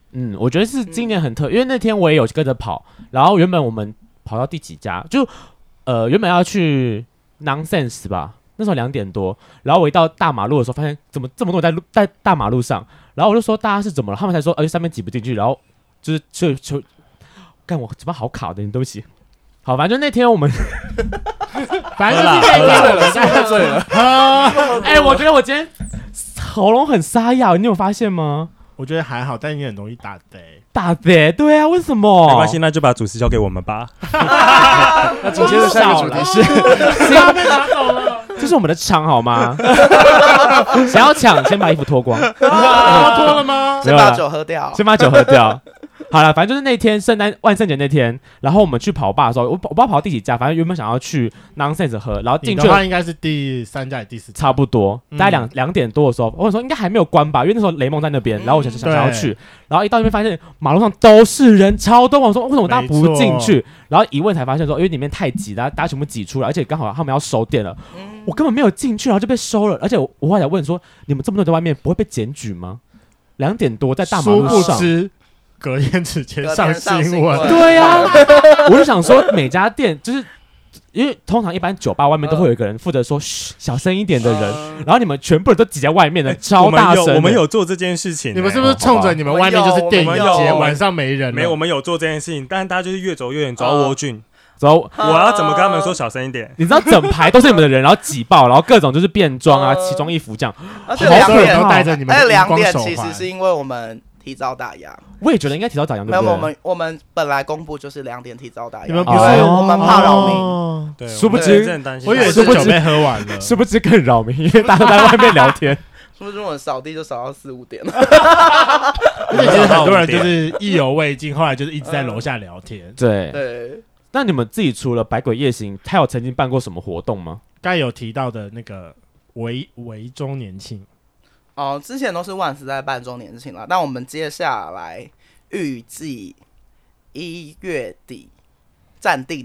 我觉得是今年很特，因为那天我也有跟着跑，然后原本我们跑到第几家，就原本要去 Nonsense 吧，那时候2点多，然后我一到大马路的时候，发现怎么这么多人在大马路上，然后我就说大家是怎么了，他们才说上面挤不进去，然后就是干我怎么好卡的，对不起。好，反正就那天我们， 反正就是喝醉了。 我觉得我今天喉咙很沙哑，你有发现吗？ 我觉得还好，但你很容易打嗝。 打嗝？对啊，为什么？ 没关系，那就把主持交给我们吧。 那紧接着下一个主题是要被拿走了， 这是我们的场好吗？想要抢，先把衣服脱光。 脱了吗？ 先把酒喝掉。 好了，反正就是那天万圣节那天，然后我们去跑吧的时候，我不知道跑到第几家，反正原本想要去 Nonsense 喝，然后进去的话应该是第3家还是第4家， 差不多，大概2点多的时候，我说应该还没有关吧，因为那时候雷梦在那边，然后我想要去，然后一到那边发现马路上都是人，超多，我说为什么大家不进去？然后一问才发现说，因为里面太挤了，大家全部挤出来，而且刚好他们要收店了，我根本没有进去，然后就被收了，而且我后来问说，你们这么多人在外面不会被检举吗？2点多在大马路上。 隔天直接上新闻， 对呀，我就想说每家店就是因为通常一般酒吧外面都会有一个人负责说嘘小声一点的人，然后你们全部人都挤在外面的，超大声。 我们有做这件事情， 你们是不是冲着你们外面就是电影节晚上没人？ 没有，我们有做这件事情，但是大家就是越走越远，走到蜗菌。我要怎么跟他们说小声一点？ 你知道整排都是你们的人，然后挤爆，然后各种就是变装啊、奇装异服这样， 而且2点都带着你们的荧光手环。 其实是因为我们提早打烊， 我也觉得应该提早打烊，对不对？没有，我们本来公布就是2点提早打烊， 你们不是我们怕扰民， 对， 殊不知我以为是酒被喝完了， 殊不知更扰民，因为大家都在外面聊天。 殊不知我们扫地就扫到4、5点了， 而且其实很多人就是意犹未尽，后来就是一直在楼下聊天。 对。 那你们自己除了百鬼夜行，他有曾经办过什么活动吗？ 刚才有提到的那个围周年庆。 之前都是万斯在办周年庆啦，但我们接下来预计1月底暂定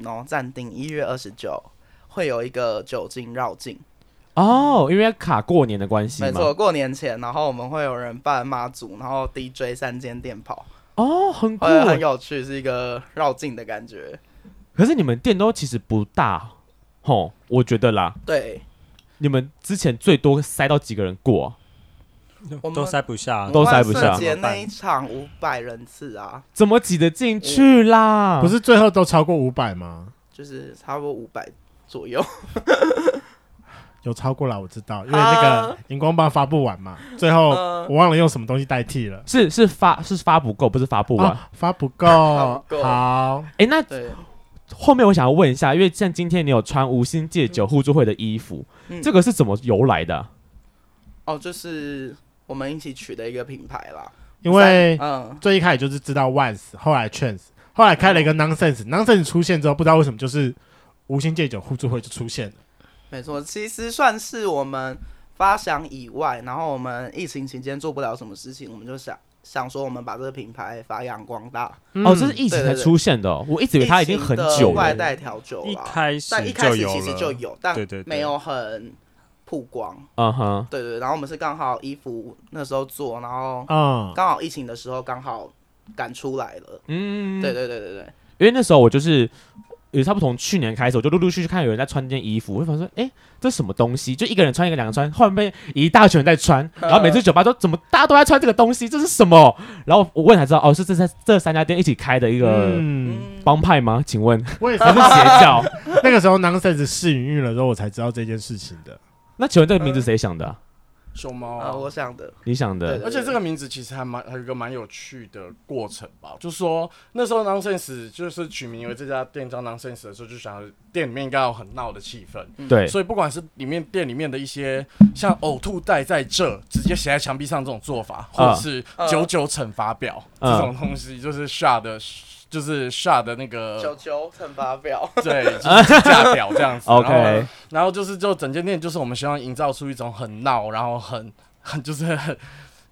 1月29会有一个酒精绕境。 因为卡过年的关系吗？ 没错，过年前，然后我们会有人办妈祖，然后 DJ 3间店跑。 很酷， 很有趣，是一个绕境的感觉。 可是你们店都其实不大，我觉得啦。 对， 你们之前最多塞到几个人过都塞不下， 都塞不下。 万圣节那一场500人次啊， 怎么挤得进去啦？ 不是最后都超过500吗？ 就是差不多500左右。 有超过了，我知道，因为那个荧光棒发不完嘛，最后我忘了用什么东西代替了。 是发不够，不是发不完， 发不够。好， 那后面我想要问一下，因为像今天你有穿无心戒酒互助会的衣服，这个是怎么由来的？ 就是我们一起取的一个品牌啦。 因为最一开始就是知道 Once， 后来 Chance， 后来开了一个 Nonsense 出现之后，不知道为什么就是无心戒酒互助会就出现了。 没错，其实算是我们发想以外，然后我们疫情期间做不了什么事情，我们就想说我们把这个品牌发扬光大。 这是疫情才出现的我一直以为它已经很久了。 外带调酒一开始其实就有，但没有很曝光。对，然后我们是刚好衣服那时候做，然后刚好疫情的时候刚好赶出来了。对， 因为那时候我就是也差不多从去年开始，我就陆陆续续看有人在穿这件衣服，我就想说，这什么东西？就一个人穿，一个两个穿，后面被一大群人在穿，然后每次酒吧都怎么大家都在穿这个东西，这是什么？然后我问才知道，是这3家店一起开的一个帮派吗？请问我也是邪教？ 那个时候 Nonsense 试营运了之后，我才知道这件事情的。 那请问这个名字谁想的？ 熊猫我想的， 你想的， 对， 而且这个名字其实还有一个蛮有趣的过程吧，就是说那时候 Nonsense 就是取名为这家店叫 Nonsense 的时候，就想店里面应该有很闹的气氛， 对， 所以不管是店里面的一些像呕吐袋在这直接写在墙壁上这种做法，或者是99惩罚表这种东西，就是shot 的那个 99惩罚表， 对，就是价表这样子。 OK， 然后就整间店就是我们希望营造出一种很闹，然后很就是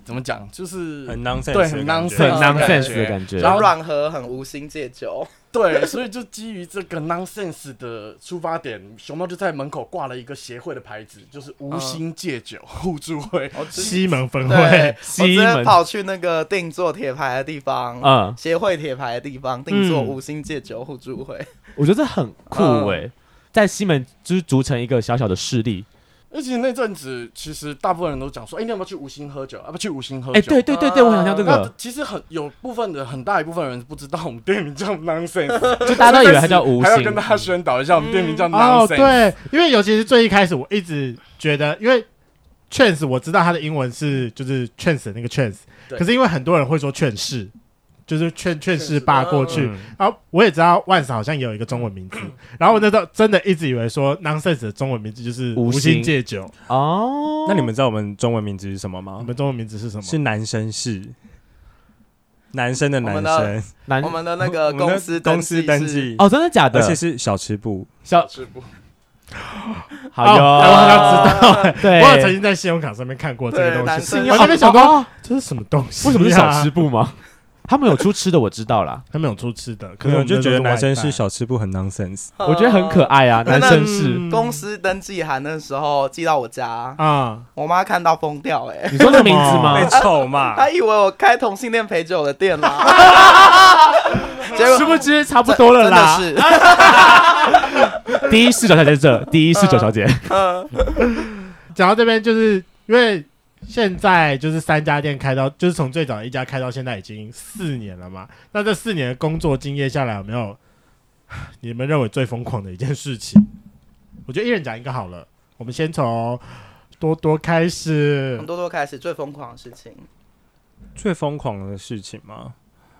怎么讲，就是很 nonsense， 对，很 nonsense 的感觉， 然后软和很无心戒酒， 对，所以就基于这个 nonsense 的出发点，熊猫就在门口挂了一个协会的牌子，就是无心戒酒互助会， 西门分会， 我直接跑去那个定做铁牌的地方，协会铁牌的地方定做无心戒酒互助会， 我觉得这很酷在西门就是组成一个小小的势力。 而且那阵子，其实大部分人都讲说，你要不要去无心喝酒？要不要去无心喝酒？ 对，我想像这个。 其实有很大一部分人不知道我们店名叫 Nonsense， 就大家都以为它叫无心。 还要跟大家宣导一下，我们店名叫 Nonsense。 对，因为尤其是最一开始，我一直觉得，因为 chance 我知道它的英文是就是 chance 的那个 chance， 可是因为很多人会说劝世。就是劝世霸过去，然后我也知道万斯好像也有一个中文名字，然后我那时候真的一直以为说 nonsense 的中文名字就是无心戒酒哦。那你们知道我们中文名字是什么吗？ 你们中文名字是什么？ 是男生士，男生的男生， 我们的那个公司登记哦，真的假的？ 而且是小吃部， 小吃部。 好哟， 我好像知道， 对， 我有曾经在信用卡上面看过这个东西， 我那边想说这是什么东西？ 为什么是小吃部吗？他们有出吃的，我知道啦。 他们有出吃的，可是我就觉得男生是小吃部很 nonsense， 我觉得很可爱啊。男生是公司登记函的时候寄到我家我妈看到疯掉你说这名字吗？ 被臭骂， 她以为我开同性恋陪酒的店啦。 结果殊不知差不多了啦。 真的是。第一视角小姐这，第一视角小姐。 讲到这边，就是因为。现在就是3家店开到，就是从最早的一家开到现在已经4年了嘛。那这4年的工作经验下来，有没有你们认为最疯狂的一件事情？我觉得一人讲一个好了。我们先从多多开始。 从多多开始，最疯狂的事情。 最疯狂的事情吗？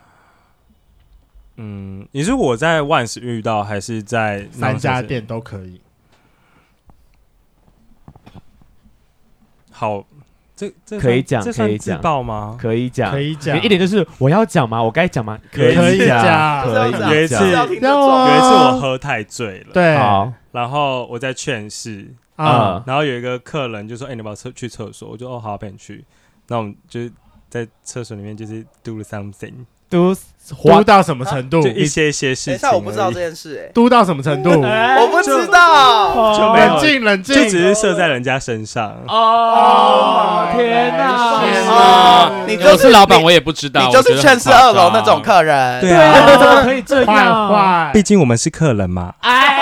你是我在万斯遇到，还是在 3家店都可以？ 好。这可以讲， 这算自爆吗？ 可以讲， 可以讲。 一点就是我要讲吗？我该讲吗？ 可以讲， 可以。 有一次我喝太醉了， 对， 然后我在劝世然后有一个客人就说：“你要不要去厕所？”我就好，陪你去。那我们就是在厕所里面就是 do something。 嘟到什么程度？ 就一些事情。 等一下，我不知道这件事嘟到什么程度？ 我不知道。 就冷静， 就只是射在人家身上。 天哪！ 我是老板，我也不知道。 你就是劝世2楼那种客人。 对啊，怎么可以这样？ 毕竟我们是客人嘛。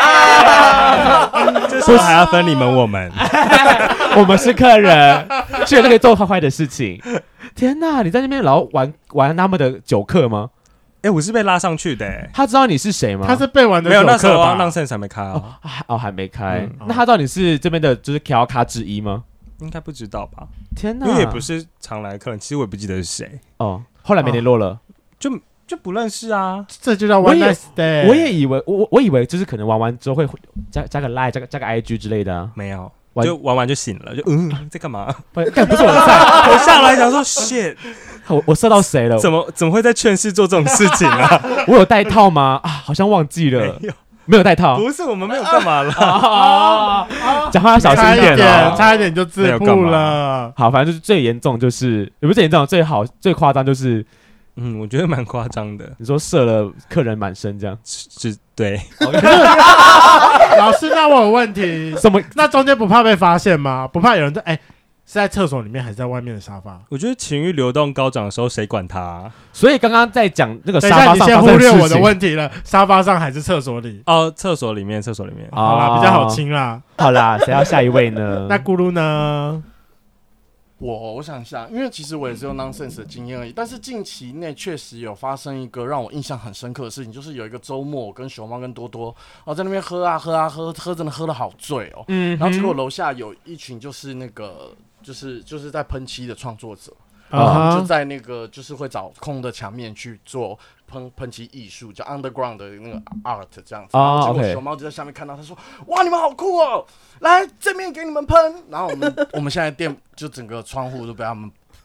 这时候还要分你们我们。 我们是客人，居然都可以做坏的事情。天哪！你在那边老玩他们的酒客吗？ 我是被拉上去的。 他知道你是谁吗？ 他是被玩的酒客吧？ 没有，那时候Nonsense还没开还没开。那他知道你是这边的就是 KL 咖之一吗？ 应该不知道吧？ 天哪！ 因为也不是常来的客人，其实我也不知道是谁。 后来没联络了， 就不认识啊。 这就叫 One Night Stay。 我也以为我以为就是可能玩完之后会加个 Line 加个 IG 之类的。 没有。就玩完就醒了，就在干嘛？ 不是我的菜， 我下来想说 shit， 我射到谁了？ 怎么会在劝世做这种事情啊？ 我有带套吗？好像忘记了，没有带套。 不是，我们没有干嘛了。 讲话要小心一点哦， 差一点就自爆了。 好，反正就是最严重，就是也不是最严重，最夸张就是。 我觉得蛮夸张的。 你说射了客人满身这样， 是对。 老师，那我有问题，什么？那中间不怕被发现吗？不怕有人在是在厕所里面还是在外面的沙发？ 我觉得情欲流动高涨的时候，谁管他？ 所以刚刚在讲那个沙发上， 你先忽略我的问题了。沙发上还是厕所里？ 厕所里面。 好啦，比较好清啦。 好啦，谁要下一位呢？ 那咕噜呢？ 我想一下，因为其实我也是有 nonsense 的经验而已，但是近期内确实有发生一个让我印象很深刻的事情，就是有一个周末，我跟熊猫跟多多，在那边喝，真的喝得好醉哦。然后结果楼下有一群就是那个就是在喷漆的创作者。就在那个就是会找空的墙面去做喷漆艺术，叫 underground 的那个 art 这样子。结果熊猫就在下面看到，他说：“哇，你们好酷哦！来这面给你们喷。”然后我们现在店就整个窗户都被他们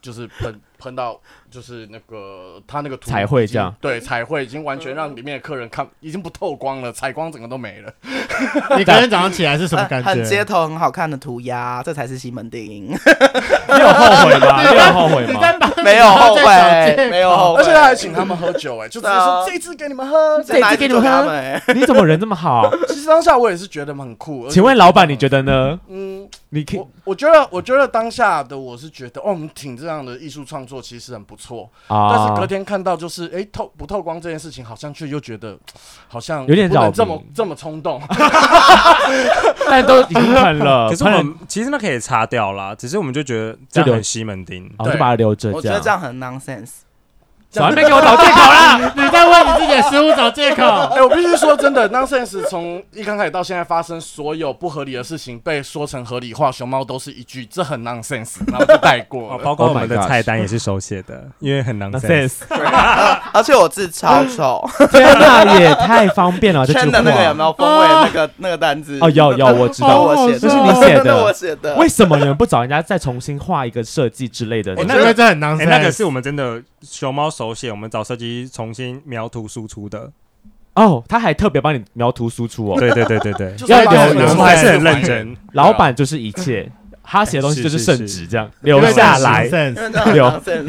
就是喷到就是那个它那个彩绘这样， 对，彩绘已经完全让里面的客人看已经不透光了，采光整个都没了。 你隔天早上起来是什么感觉？ 很街头很好看的涂鸦，这才是西门町。 你有后悔吗？你有后悔吗？ 没有后悔，没有后悔。 而且他还请他们喝酒，就直接说这一次给你们喝， 这一次给你们喝。你怎么人这么好？ 其实当下我也是觉得很酷。 请问老板你觉得呢？ 我觉得当下的我是觉得，我们挺这样的艺术创作其实很不错，但是隔天看到就是不透光这件事情，好像却又觉得好像有点不能这么冲动， 但都已经喷了。 可是我们其实那可以擦掉啦，只是我们就觉得这样很西门町， 就把它留着。 我觉得这样很 nonsense。 早没给我找借口啦！ 你在为你自己的失误找借口。 我必须说真的 ，nonsense 从一刚开始到现在发生所有不合理的事情被说成合理化，熊猫都是一句这很 nonsense， 然后就带过了。 包括我们的菜单也是手写的，因为很 nonsense。 而且我字超丑， 天哪，也太方便了！ 圈的那个有没有风味那个单字？ 哦，有，我知道， 我写的， 这是你写的， 我写的。 为什么你们不找人家再重新画一个设计之类的？ 那个真很 nonsense， 那个是我们真的熊猫手写，我们找设计重新描图输出的。 哦，他还特别帮你描图输出哦。 对， 要留， 我们还是很认真。 老板就是一切，他写的东西就是圣旨，这样留下来， 留，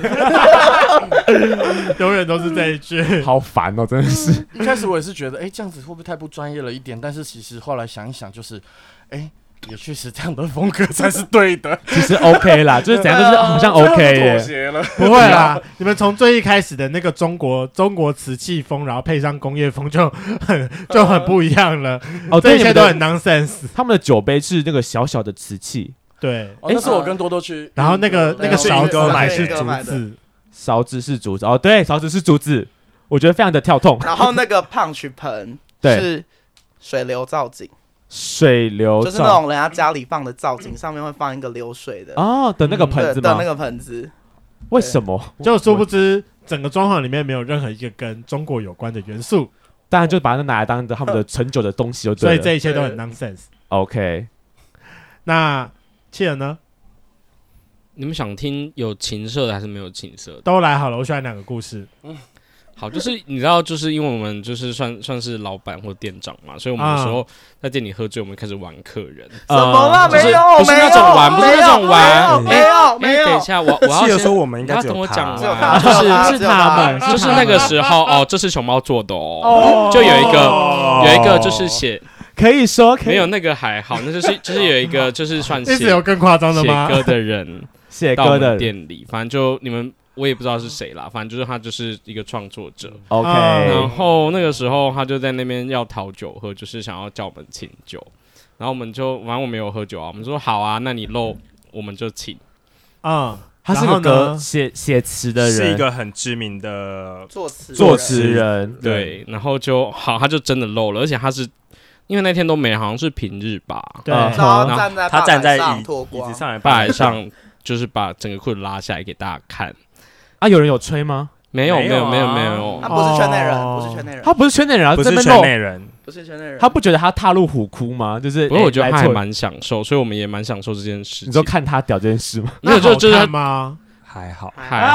永远都是这一句， 好烦哦，真的是。 一开始我也是觉得，这样子会不会太不专业了一点？但是其实后来想一想，就是，也确实这样的风格才是对的。 其实 OK 啦，就是怎样都是好像 OK 耶。 不会啦，你们从最一开始的那个中国瓷器风，然后配上工业风，就很不一样了。这一切都很 nonsense。 他们的酒杯是那个小小的瓷器， 对， 那是我跟多多去， 然后那个勺子买是竹子， 勺子是竹子，对，勺子是竹子，我觉得非常的跳痛。 然后那个punch盆是水流造景。 水流就是那种人家家里放的造景，上面会放一个流水的的那个盆子吗？ 的那个盆子， 为什么？ 就殊不知整个装潢里面没有任何一个跟中国有关的元素， 当然就把它拿来当他们的陈酒的东西就对了。 所以这一切都很 nonsense。 OK， 那企鹅呢？ 你们想听有情色的还是没有情色的？ 都来好了，我喜欢两个故事。 好，就是你知道，就是因为我们就是算是老板或店长嘛，所以我们有时候在店里喝醉，我们开始玩客人。 什么啦？没有， 不是那种玩，不是那种玩。 没有。 等一下，我要先说我们应该跟我讲完， 是他们， 就是那个时候这是熊猫做的哦，就有一个就是写。 可以说没有那个还好，那就是有一个就是算是有更夸张的吗？ 写歌的人写歌的店里，反正就你们。我也不知道是谁啦，反正就是他就是一个创作者。 OK， 然后那个时候他就在那边要讨酒喝，就是想要叫我们请酒，然后我们就反正我没有喝酒啊，我们说好啊，那你漏我们就请。 他是个歌写词的人， 是一个很知名的作词人。 对，然后就好，他就真的漏了，而且他是因为那天都没，好像是平日吧。 对，然后他站在椅子上， 吧台上就是把整个裤子拉下来给大家看。 有人有吹吗？ 没有。 他不是圈内人， 他不是圈内人， 不是圈内人， 不是圈内人。 他不觉得他踏入虎窟吗？就是， 不过我觉得他还蛮享受，所以我们也蛮享受这件事情。 你说看他屌这件事吗？ 没有，就是吗？ 还好。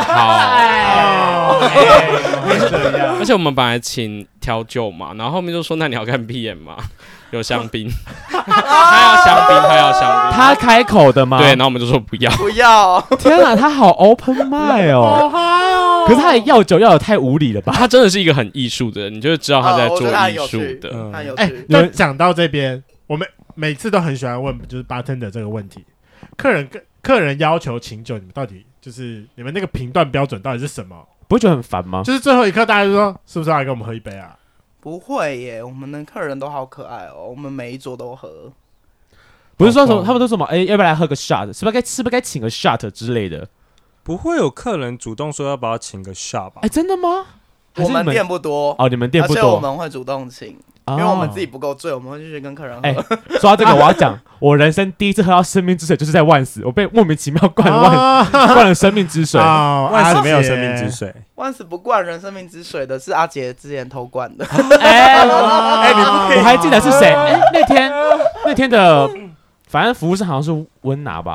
而且我们本来请调酒嘛，然后后面就说那你要看屁眼吗？有香槟，他要香槟， 他开口的吗？ 对，然后我们就说不要。 天哪，他好 open mind 哦， 好嗨哦！ 可是他要酒要有太无理了吧？ 他真的是一个很艺术的人，你就会知道他在做艺术的。 那讲到这边，我们每次都很喜欢问，就是 bartender 这个问题，客人要求请酒，你们到底就是你们那个评断标准到底是什么？ 不会觉得很烦吗？ 就是最后一刻大家就说，是不是要来跟我们喝一杯啊？ 不会耶，我们的客人都好可爱哦，我们每一桌都喝。 不是说什么，他们都说什么？要不要来喝个 shot？ 是不是该请个 shot 之类的？ 不会有客人主动说要不要请个 shot 吧？ 真的吗？ 我们店不多你们店不多， 而且我们会主动请。因为我们自己不够醉，我们会继续跟客人喝。 说到这个，我要讲，我人生第一次喝到生命之水，就是在万斯，我被莫名其妙灌了生命之水。 万斯没有生命之水， 万斯不灌人生命之水的是阿杰之前偷灌的。 我还记得是谁？那天的，反正服务生好像是温拿吧。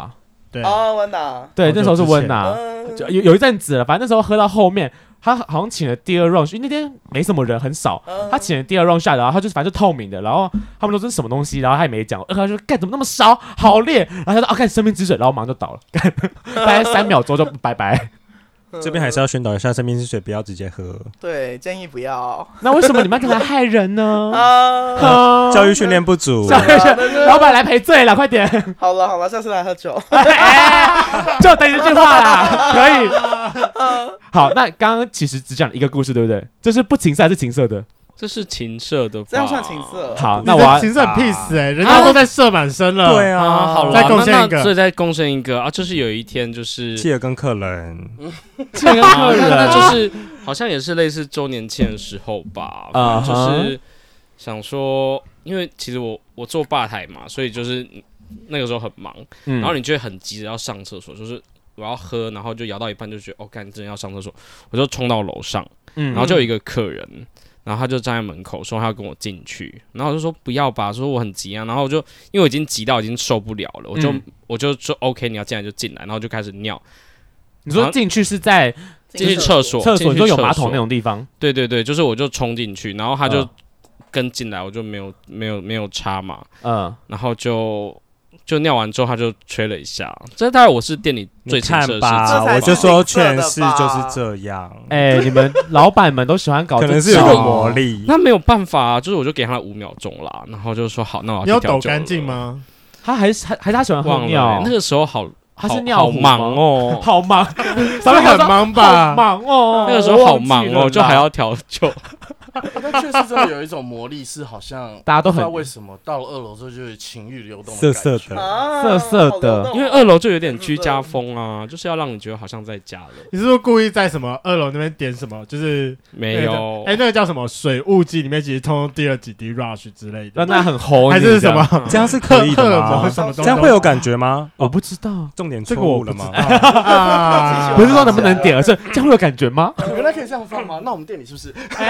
对温拿， 对，那时候是温拿，有一阵子了，反正那时候喝到后面。他好像请了第二 round， 因为那天没什么人，很少。他请了第二 round shot， 然后他就反正就透明的，然后他们说这是什么东西，然后他也没讲。他就说干怎么那么烧，好烈。然后他说看生命之水，然后马上就倒了，大概3秒钟就拜拜。 这边还是要宣导一下，生命之水不要直接喝。 对，建议不要。 那为什么你们要来害人呢？ 教育训练不足。 老板来赔罪了，快点。 好了，下次来喝酒。 就等这句话啦，可以。好，那刚刚其实只讲了一个故事，对不对？这是不情色还是情色的？ 这是情色的吧， 这样算情色。 好，那我情色很 peace 人家都在射满身了。 对啊， 好了， 再贡献一个， 所以再贡献一个啊，就是有一天就是企鹅跟客人， 那就是好像也是类似周年庆的时候吧，就是想说，因为其实我做吧台嘛，所以就是那个时候很忙，然后你就会很急着要上厕所，就是我要喝，然后就摇到一半就觉得干真的要上厕所，我就冲到楼上，然后就有一个客人。然后他就站在门口说他要跟我进去，然后我就说不要吧，说我很急啊，然后我就因为我已经急到已经受不了了，我就说 OK， 你要进来就进来，然后就开始尿。 你说进去是在进去厕所， 你说有马桶那种地方？ 对，就是我就冲进去，然后他就跟进来，我就没有插嘛，然后就尿完之后他就吹了一下，这大概我是店里最情色的事情。 我就说劝世就是这样。 你们老板们都喜欢搞， 可能是有魔力。 那没有办法啊，就是我就给他5秒钟啦，然后就说好，那我要去调酒了。 你有抖干净吗？ 他还是他喜欢喝尿。 那个时候他是尿壶忙哦， 好忙， 咱们很忙吧？ 好忙哦， 那个时候好忙哦，就还要调酒。 但确实真的有一种魔力，是好像大家都很不知道为什么到了2楼之后就有情欲流动的感觉， 色色的， 因为2楼就有点居家风啊，就是要让你觉得好像在家了。 你是不是故意在什么2楼那边点什么？就是没有， 那个叫什么水雾机里面其实通通滴了几滴 rush 之类的， 让它很红， 还是什么？ 这样是可以的吗？这样会有感觉吗？ 我不知道， 重点错误了吗？ 不是说能不能点，而是这样会有感觉吗？ 原来可以这样放吗？那我们店里是不是？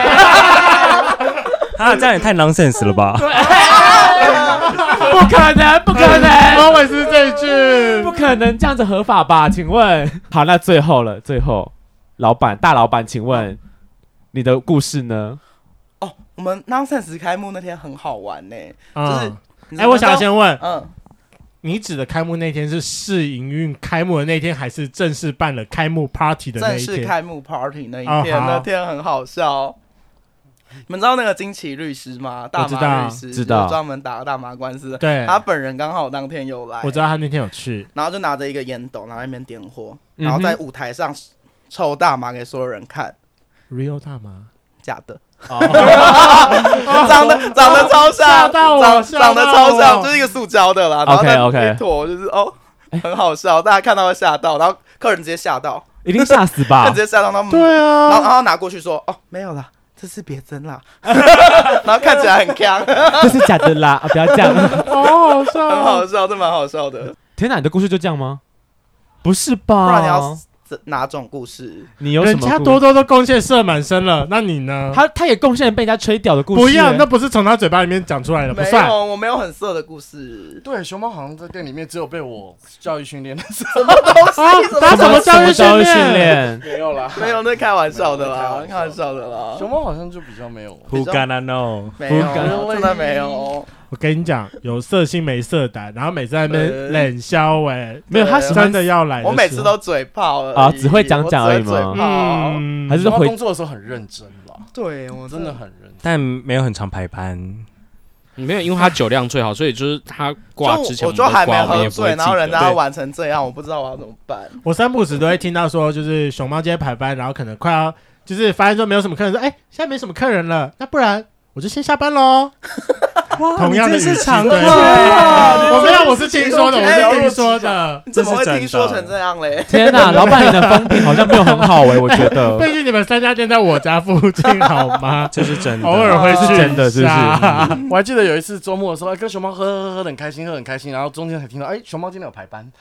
这样也太 nonsense 了吧！ 不可能！ 我也是这一句， 不可能这样子合法吧？请问，好，那最后，大老板，请问你的故事呢？ 我们 nonsense 开幕那天很好玩呢，就是我想先问，你指的开幕那天是试营运开幕的那天，还是正式办了开幕 party 的那一天？ 正式开幕 party 那一天，那天很好笑。你们知道那个金奇律师吗？大麻律师， 知道， 专门打大麻官司的。 对， 他本人刚好当天有来， 我知道他那天有去， 然后就拿着一个烟斗，然后在那边点火，然后在舞台上抽大麻给所有人看。 Real 大麻？ 假的。长得超像，长得超像，就是一个塑胶的啦。然后那一坨就是很好笑，大家看到会吓到，然后客人直接吓到， 一定吓死吧？ 直接吓到他们。 对啊， 然后拿过去说没有啦。这是别针啦，然后看起来很强， 这是假的啦，不要这样， 好好笑， 很好笑，这蛮好笑的。 天哪，你的故事就这样吗？不是吧？ 不然你要哪种故事？ 你有什么？ 人家多多都贡献射满身了，那你呢？ 他也贡献被人家吹屌的故事。 不要，那不是从他嘴巴里面讲出来的，不算。 没有，我没有很色的故事。 对，熊猫好像在店里面只有被我教育训练的时候。什么东西？ 他什么教育训练？ 没有啦， 没有，那开玩笑的啦，开玩笑的啦。 熊猫好像就比较没有。 Who gonna know？ 没有，真的没有。 我跟你讲，有色心没色胆，然后每次在那边冷笑没有，他真的要来。 我每次都嘴炮啊，只会讲而已吗？还是工作的时候很认真啦。 对，我真的很认真， 但没有很常排班。 没有，因为他酒量最好，所以就是他挂之前我就还没喝醉，然后人家要玩成这样，我不知道我要怎么办。 我3不5都会听到说，就是熊猫今天排班，然后可能快要就是发现说没有什么客人，说现在没什么客人了，那不然我就先下班喽。同样的语气，我没有，我是听说的， 你怎么会听说成这样嘞？ 天哪，老板你的风评好像没有很好我觉得。 毕竟你们3家店在我家附近，好吗？ 这是真的， 偶尔会是真的，是不是？ 我还记得有一次周末的时候，跟熊猫喝得很开心，然后中间才听到，熊猫今天有排班。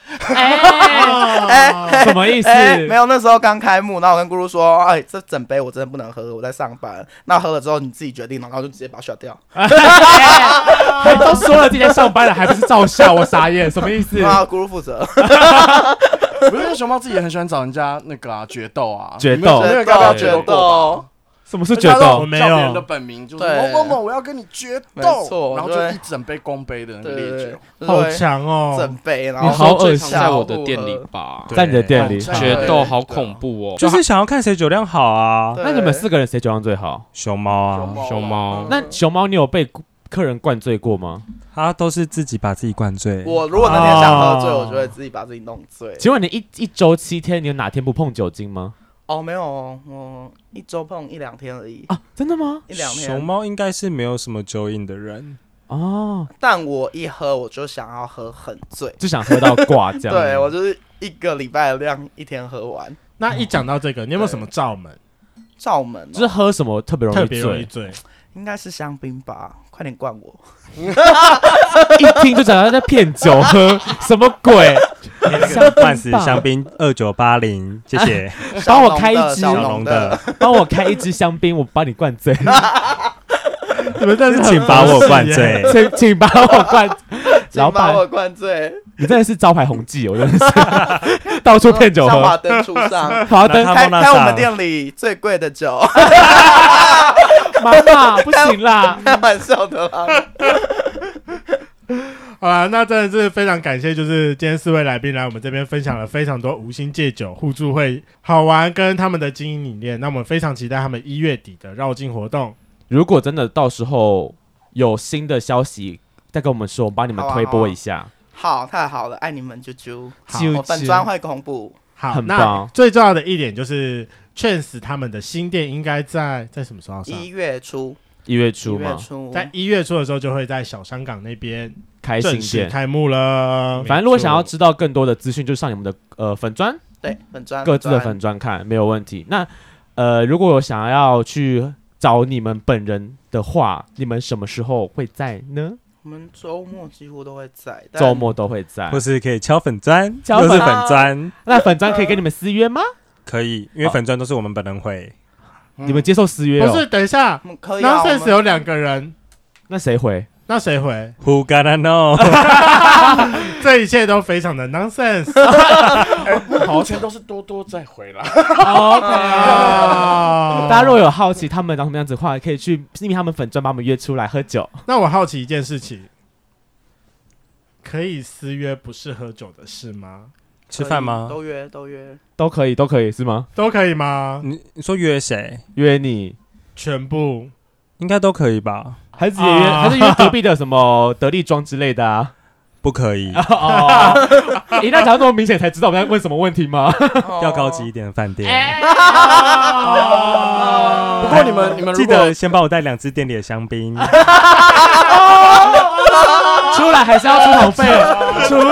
什么意思？ 没有，那时候刚开幕，然后我跟咕噜说，这整杯我真的不能喝，我在上班。那喝了之后你自己决定，然后就直接把它刷掉。 还都说了今天上班了，还不是照笑，我傻眼，什么意思？ 啊，咕噜负责。 不是熊猫自己也很喜欢找人家那个决斗啊， 决斗， 那个要不要决斗过吧？ 什么是决斗？ 我没叫别人有的本名就是某某某，我要跟你决斗，然后就一整杯公杯的那个烈酒， 好强哦， 整杯，然后你好恶心，在我的店里吧， 在你的店里决斗好恐怖哦， 就是想要看谁酒量好啊。 那你们4个人谁酒量最好？ 熊猫啊， 熊猫。 那熊猫你有被客人灌醉过吗？ 他都是自己把自己灌醉。 我如果那天想喝醉，我就会自己把自己弄醉。 请问你一周7天，你有哪天不碰酒精吗？ 哦，没有，我1周碰1-2天而已啊，真的吗 ？1-2天。 熊猫应该是没有什么酒瘾的人哦， 但我一喝我就想要喝很醉， 就想喝到挂这样。 对我就是1个礼拜的量1天喝完。 那一讲到这个，你有没有什么罩门？ 罩门就是喝什么特别容易醉？ 应该是香槟吧，快点灌我！ 一听就讲他在骗酒喝，什么鬼？ 万斯香槟2980，谢谢。 帮我开一支小农的， 帮我开一支香槟，我把你灌醉。 你们真是请把我灌醉， 请把我灌， 老板把我灌醉。 你真的是招牌红记，我真的是到处骗酒喝。 华灯初上， 华灯开我们店里最贵的酒。 妈妈不行啦， 开玩笑的啦。 好啦，那真的是非常感谢，就是今天4位来宾来我们这边分享了非常多无心戒酒互助会好玩跟他们的经营理念。那我们非常期待他们1月底的绕境活动。 如果真的到时候有新的消息，再跟我们说，我帮你们推播一下。 好，太好了，爱你们啾啾。 好， 我粉专会公布。 好， 很棒。 最重要的一点就是，Chance 他们的新店应该在什么时候上？1 月初。 1月初嘛， 在1月初的时候就会在小香港那边开新店开幕了。 反正如果想要知道更多的资讯，就上你们的粉专， 对，粉专各自的粉专看没有问题。那如果有想要去找你们本人的话，你们什么时候会在呢？ 我们周末几乎都会在， 周末都会在， 或是可以敲粉专，都是粉专。 那粉专可以跟你们私约吗？ 可以，因为粉专都是我们本人会。 你们接受私约？ 不是，等一下， 可以。 Nonsense 有2个人， 那谁回 ？Who gotta know？ 这一切都非常的 nonsense。 好，全都是多多再回啦。 OK， 大家如果有好奇他们长什么样子的话，可以去因为他们粉专把我们约出来喝酒。 那我好奇一件事情，可以私约不是喝酒的事吗？ 吃饭吗？ 都约， 都可以是吗？ 都可以吗？ 你说约谁？ 约你全部应该都可以吧？ 还是约隔壁的什么德利庄之类的啊？ 不可以。 一旦讲到这么明显，才知道我们在问什么问题吗？ 要高级一点的饭店。 不过你们记得先帮我带2支店里的香槟。 出来还是要出场费，出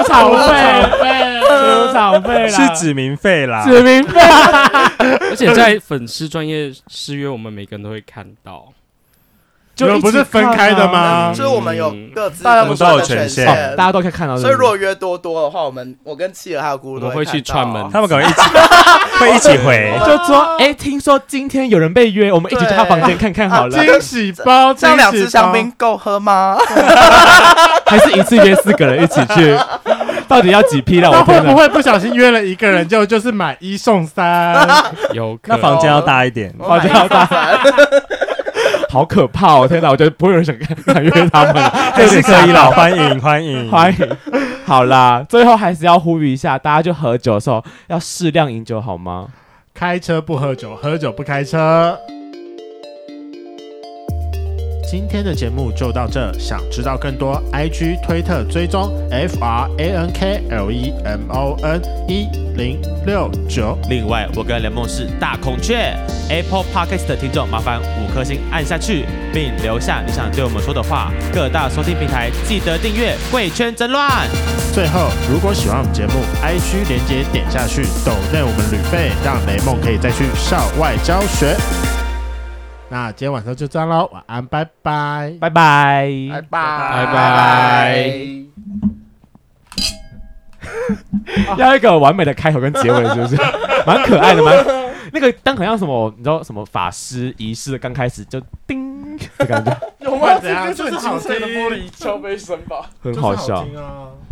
场费是指名费啦， 指名费。 而且在粉丝专业私约，我们每个人都会看到。 你们不是分开的吗？ 就是我们有各自大家都有权限， 大家都可以看到。 所以如果约多的话，我跟企鹅还有咕噜都会去串门， 他们可能会一起回， 就说听说今天有人被约，我们一起去他房间看看好了。 惊喜包， 这样2支香槟够喝吗？ 还是一次约4个人一起去？到底要几批了？ 会不会不小心约了1个人就是买1送3？ 有， 那房间要大一点， 房间要大。好可怕哦！天哪，我觉得不会有人想约他们了， 还是可以了。欢迎。 好啦，最后还是要呼吁一下，大家就喝酒的时候要适量饮酒，好吗？ 开车不喝酒，喝酒不开车。今天的节目就到这，想知道更多 IG 推特追踪 FRANKLEMON1069。 另外，我跟雷梦是大孔雀 Apple Podcast 的听众，麻烦5颗星按下去，并留下你想对我们说的话。各大收听平台记得订阅《贵圈争乱》。 最后，如果喜欢我们节目 ，IG 连结点下去，抖内我们旅费，让雷梦可以再去校外教学。那今天晚上就这样咯，晚安，拜拜， 拜拜， 拜拜。 要一个完美的开头跟结尾，是不是？蛮可爱的，那个灯很像什么，你知道什么法师仪式刚开始就叮的感觉。 熊猫这边是很清脆的玻璃敲杯声吧， 很好笑。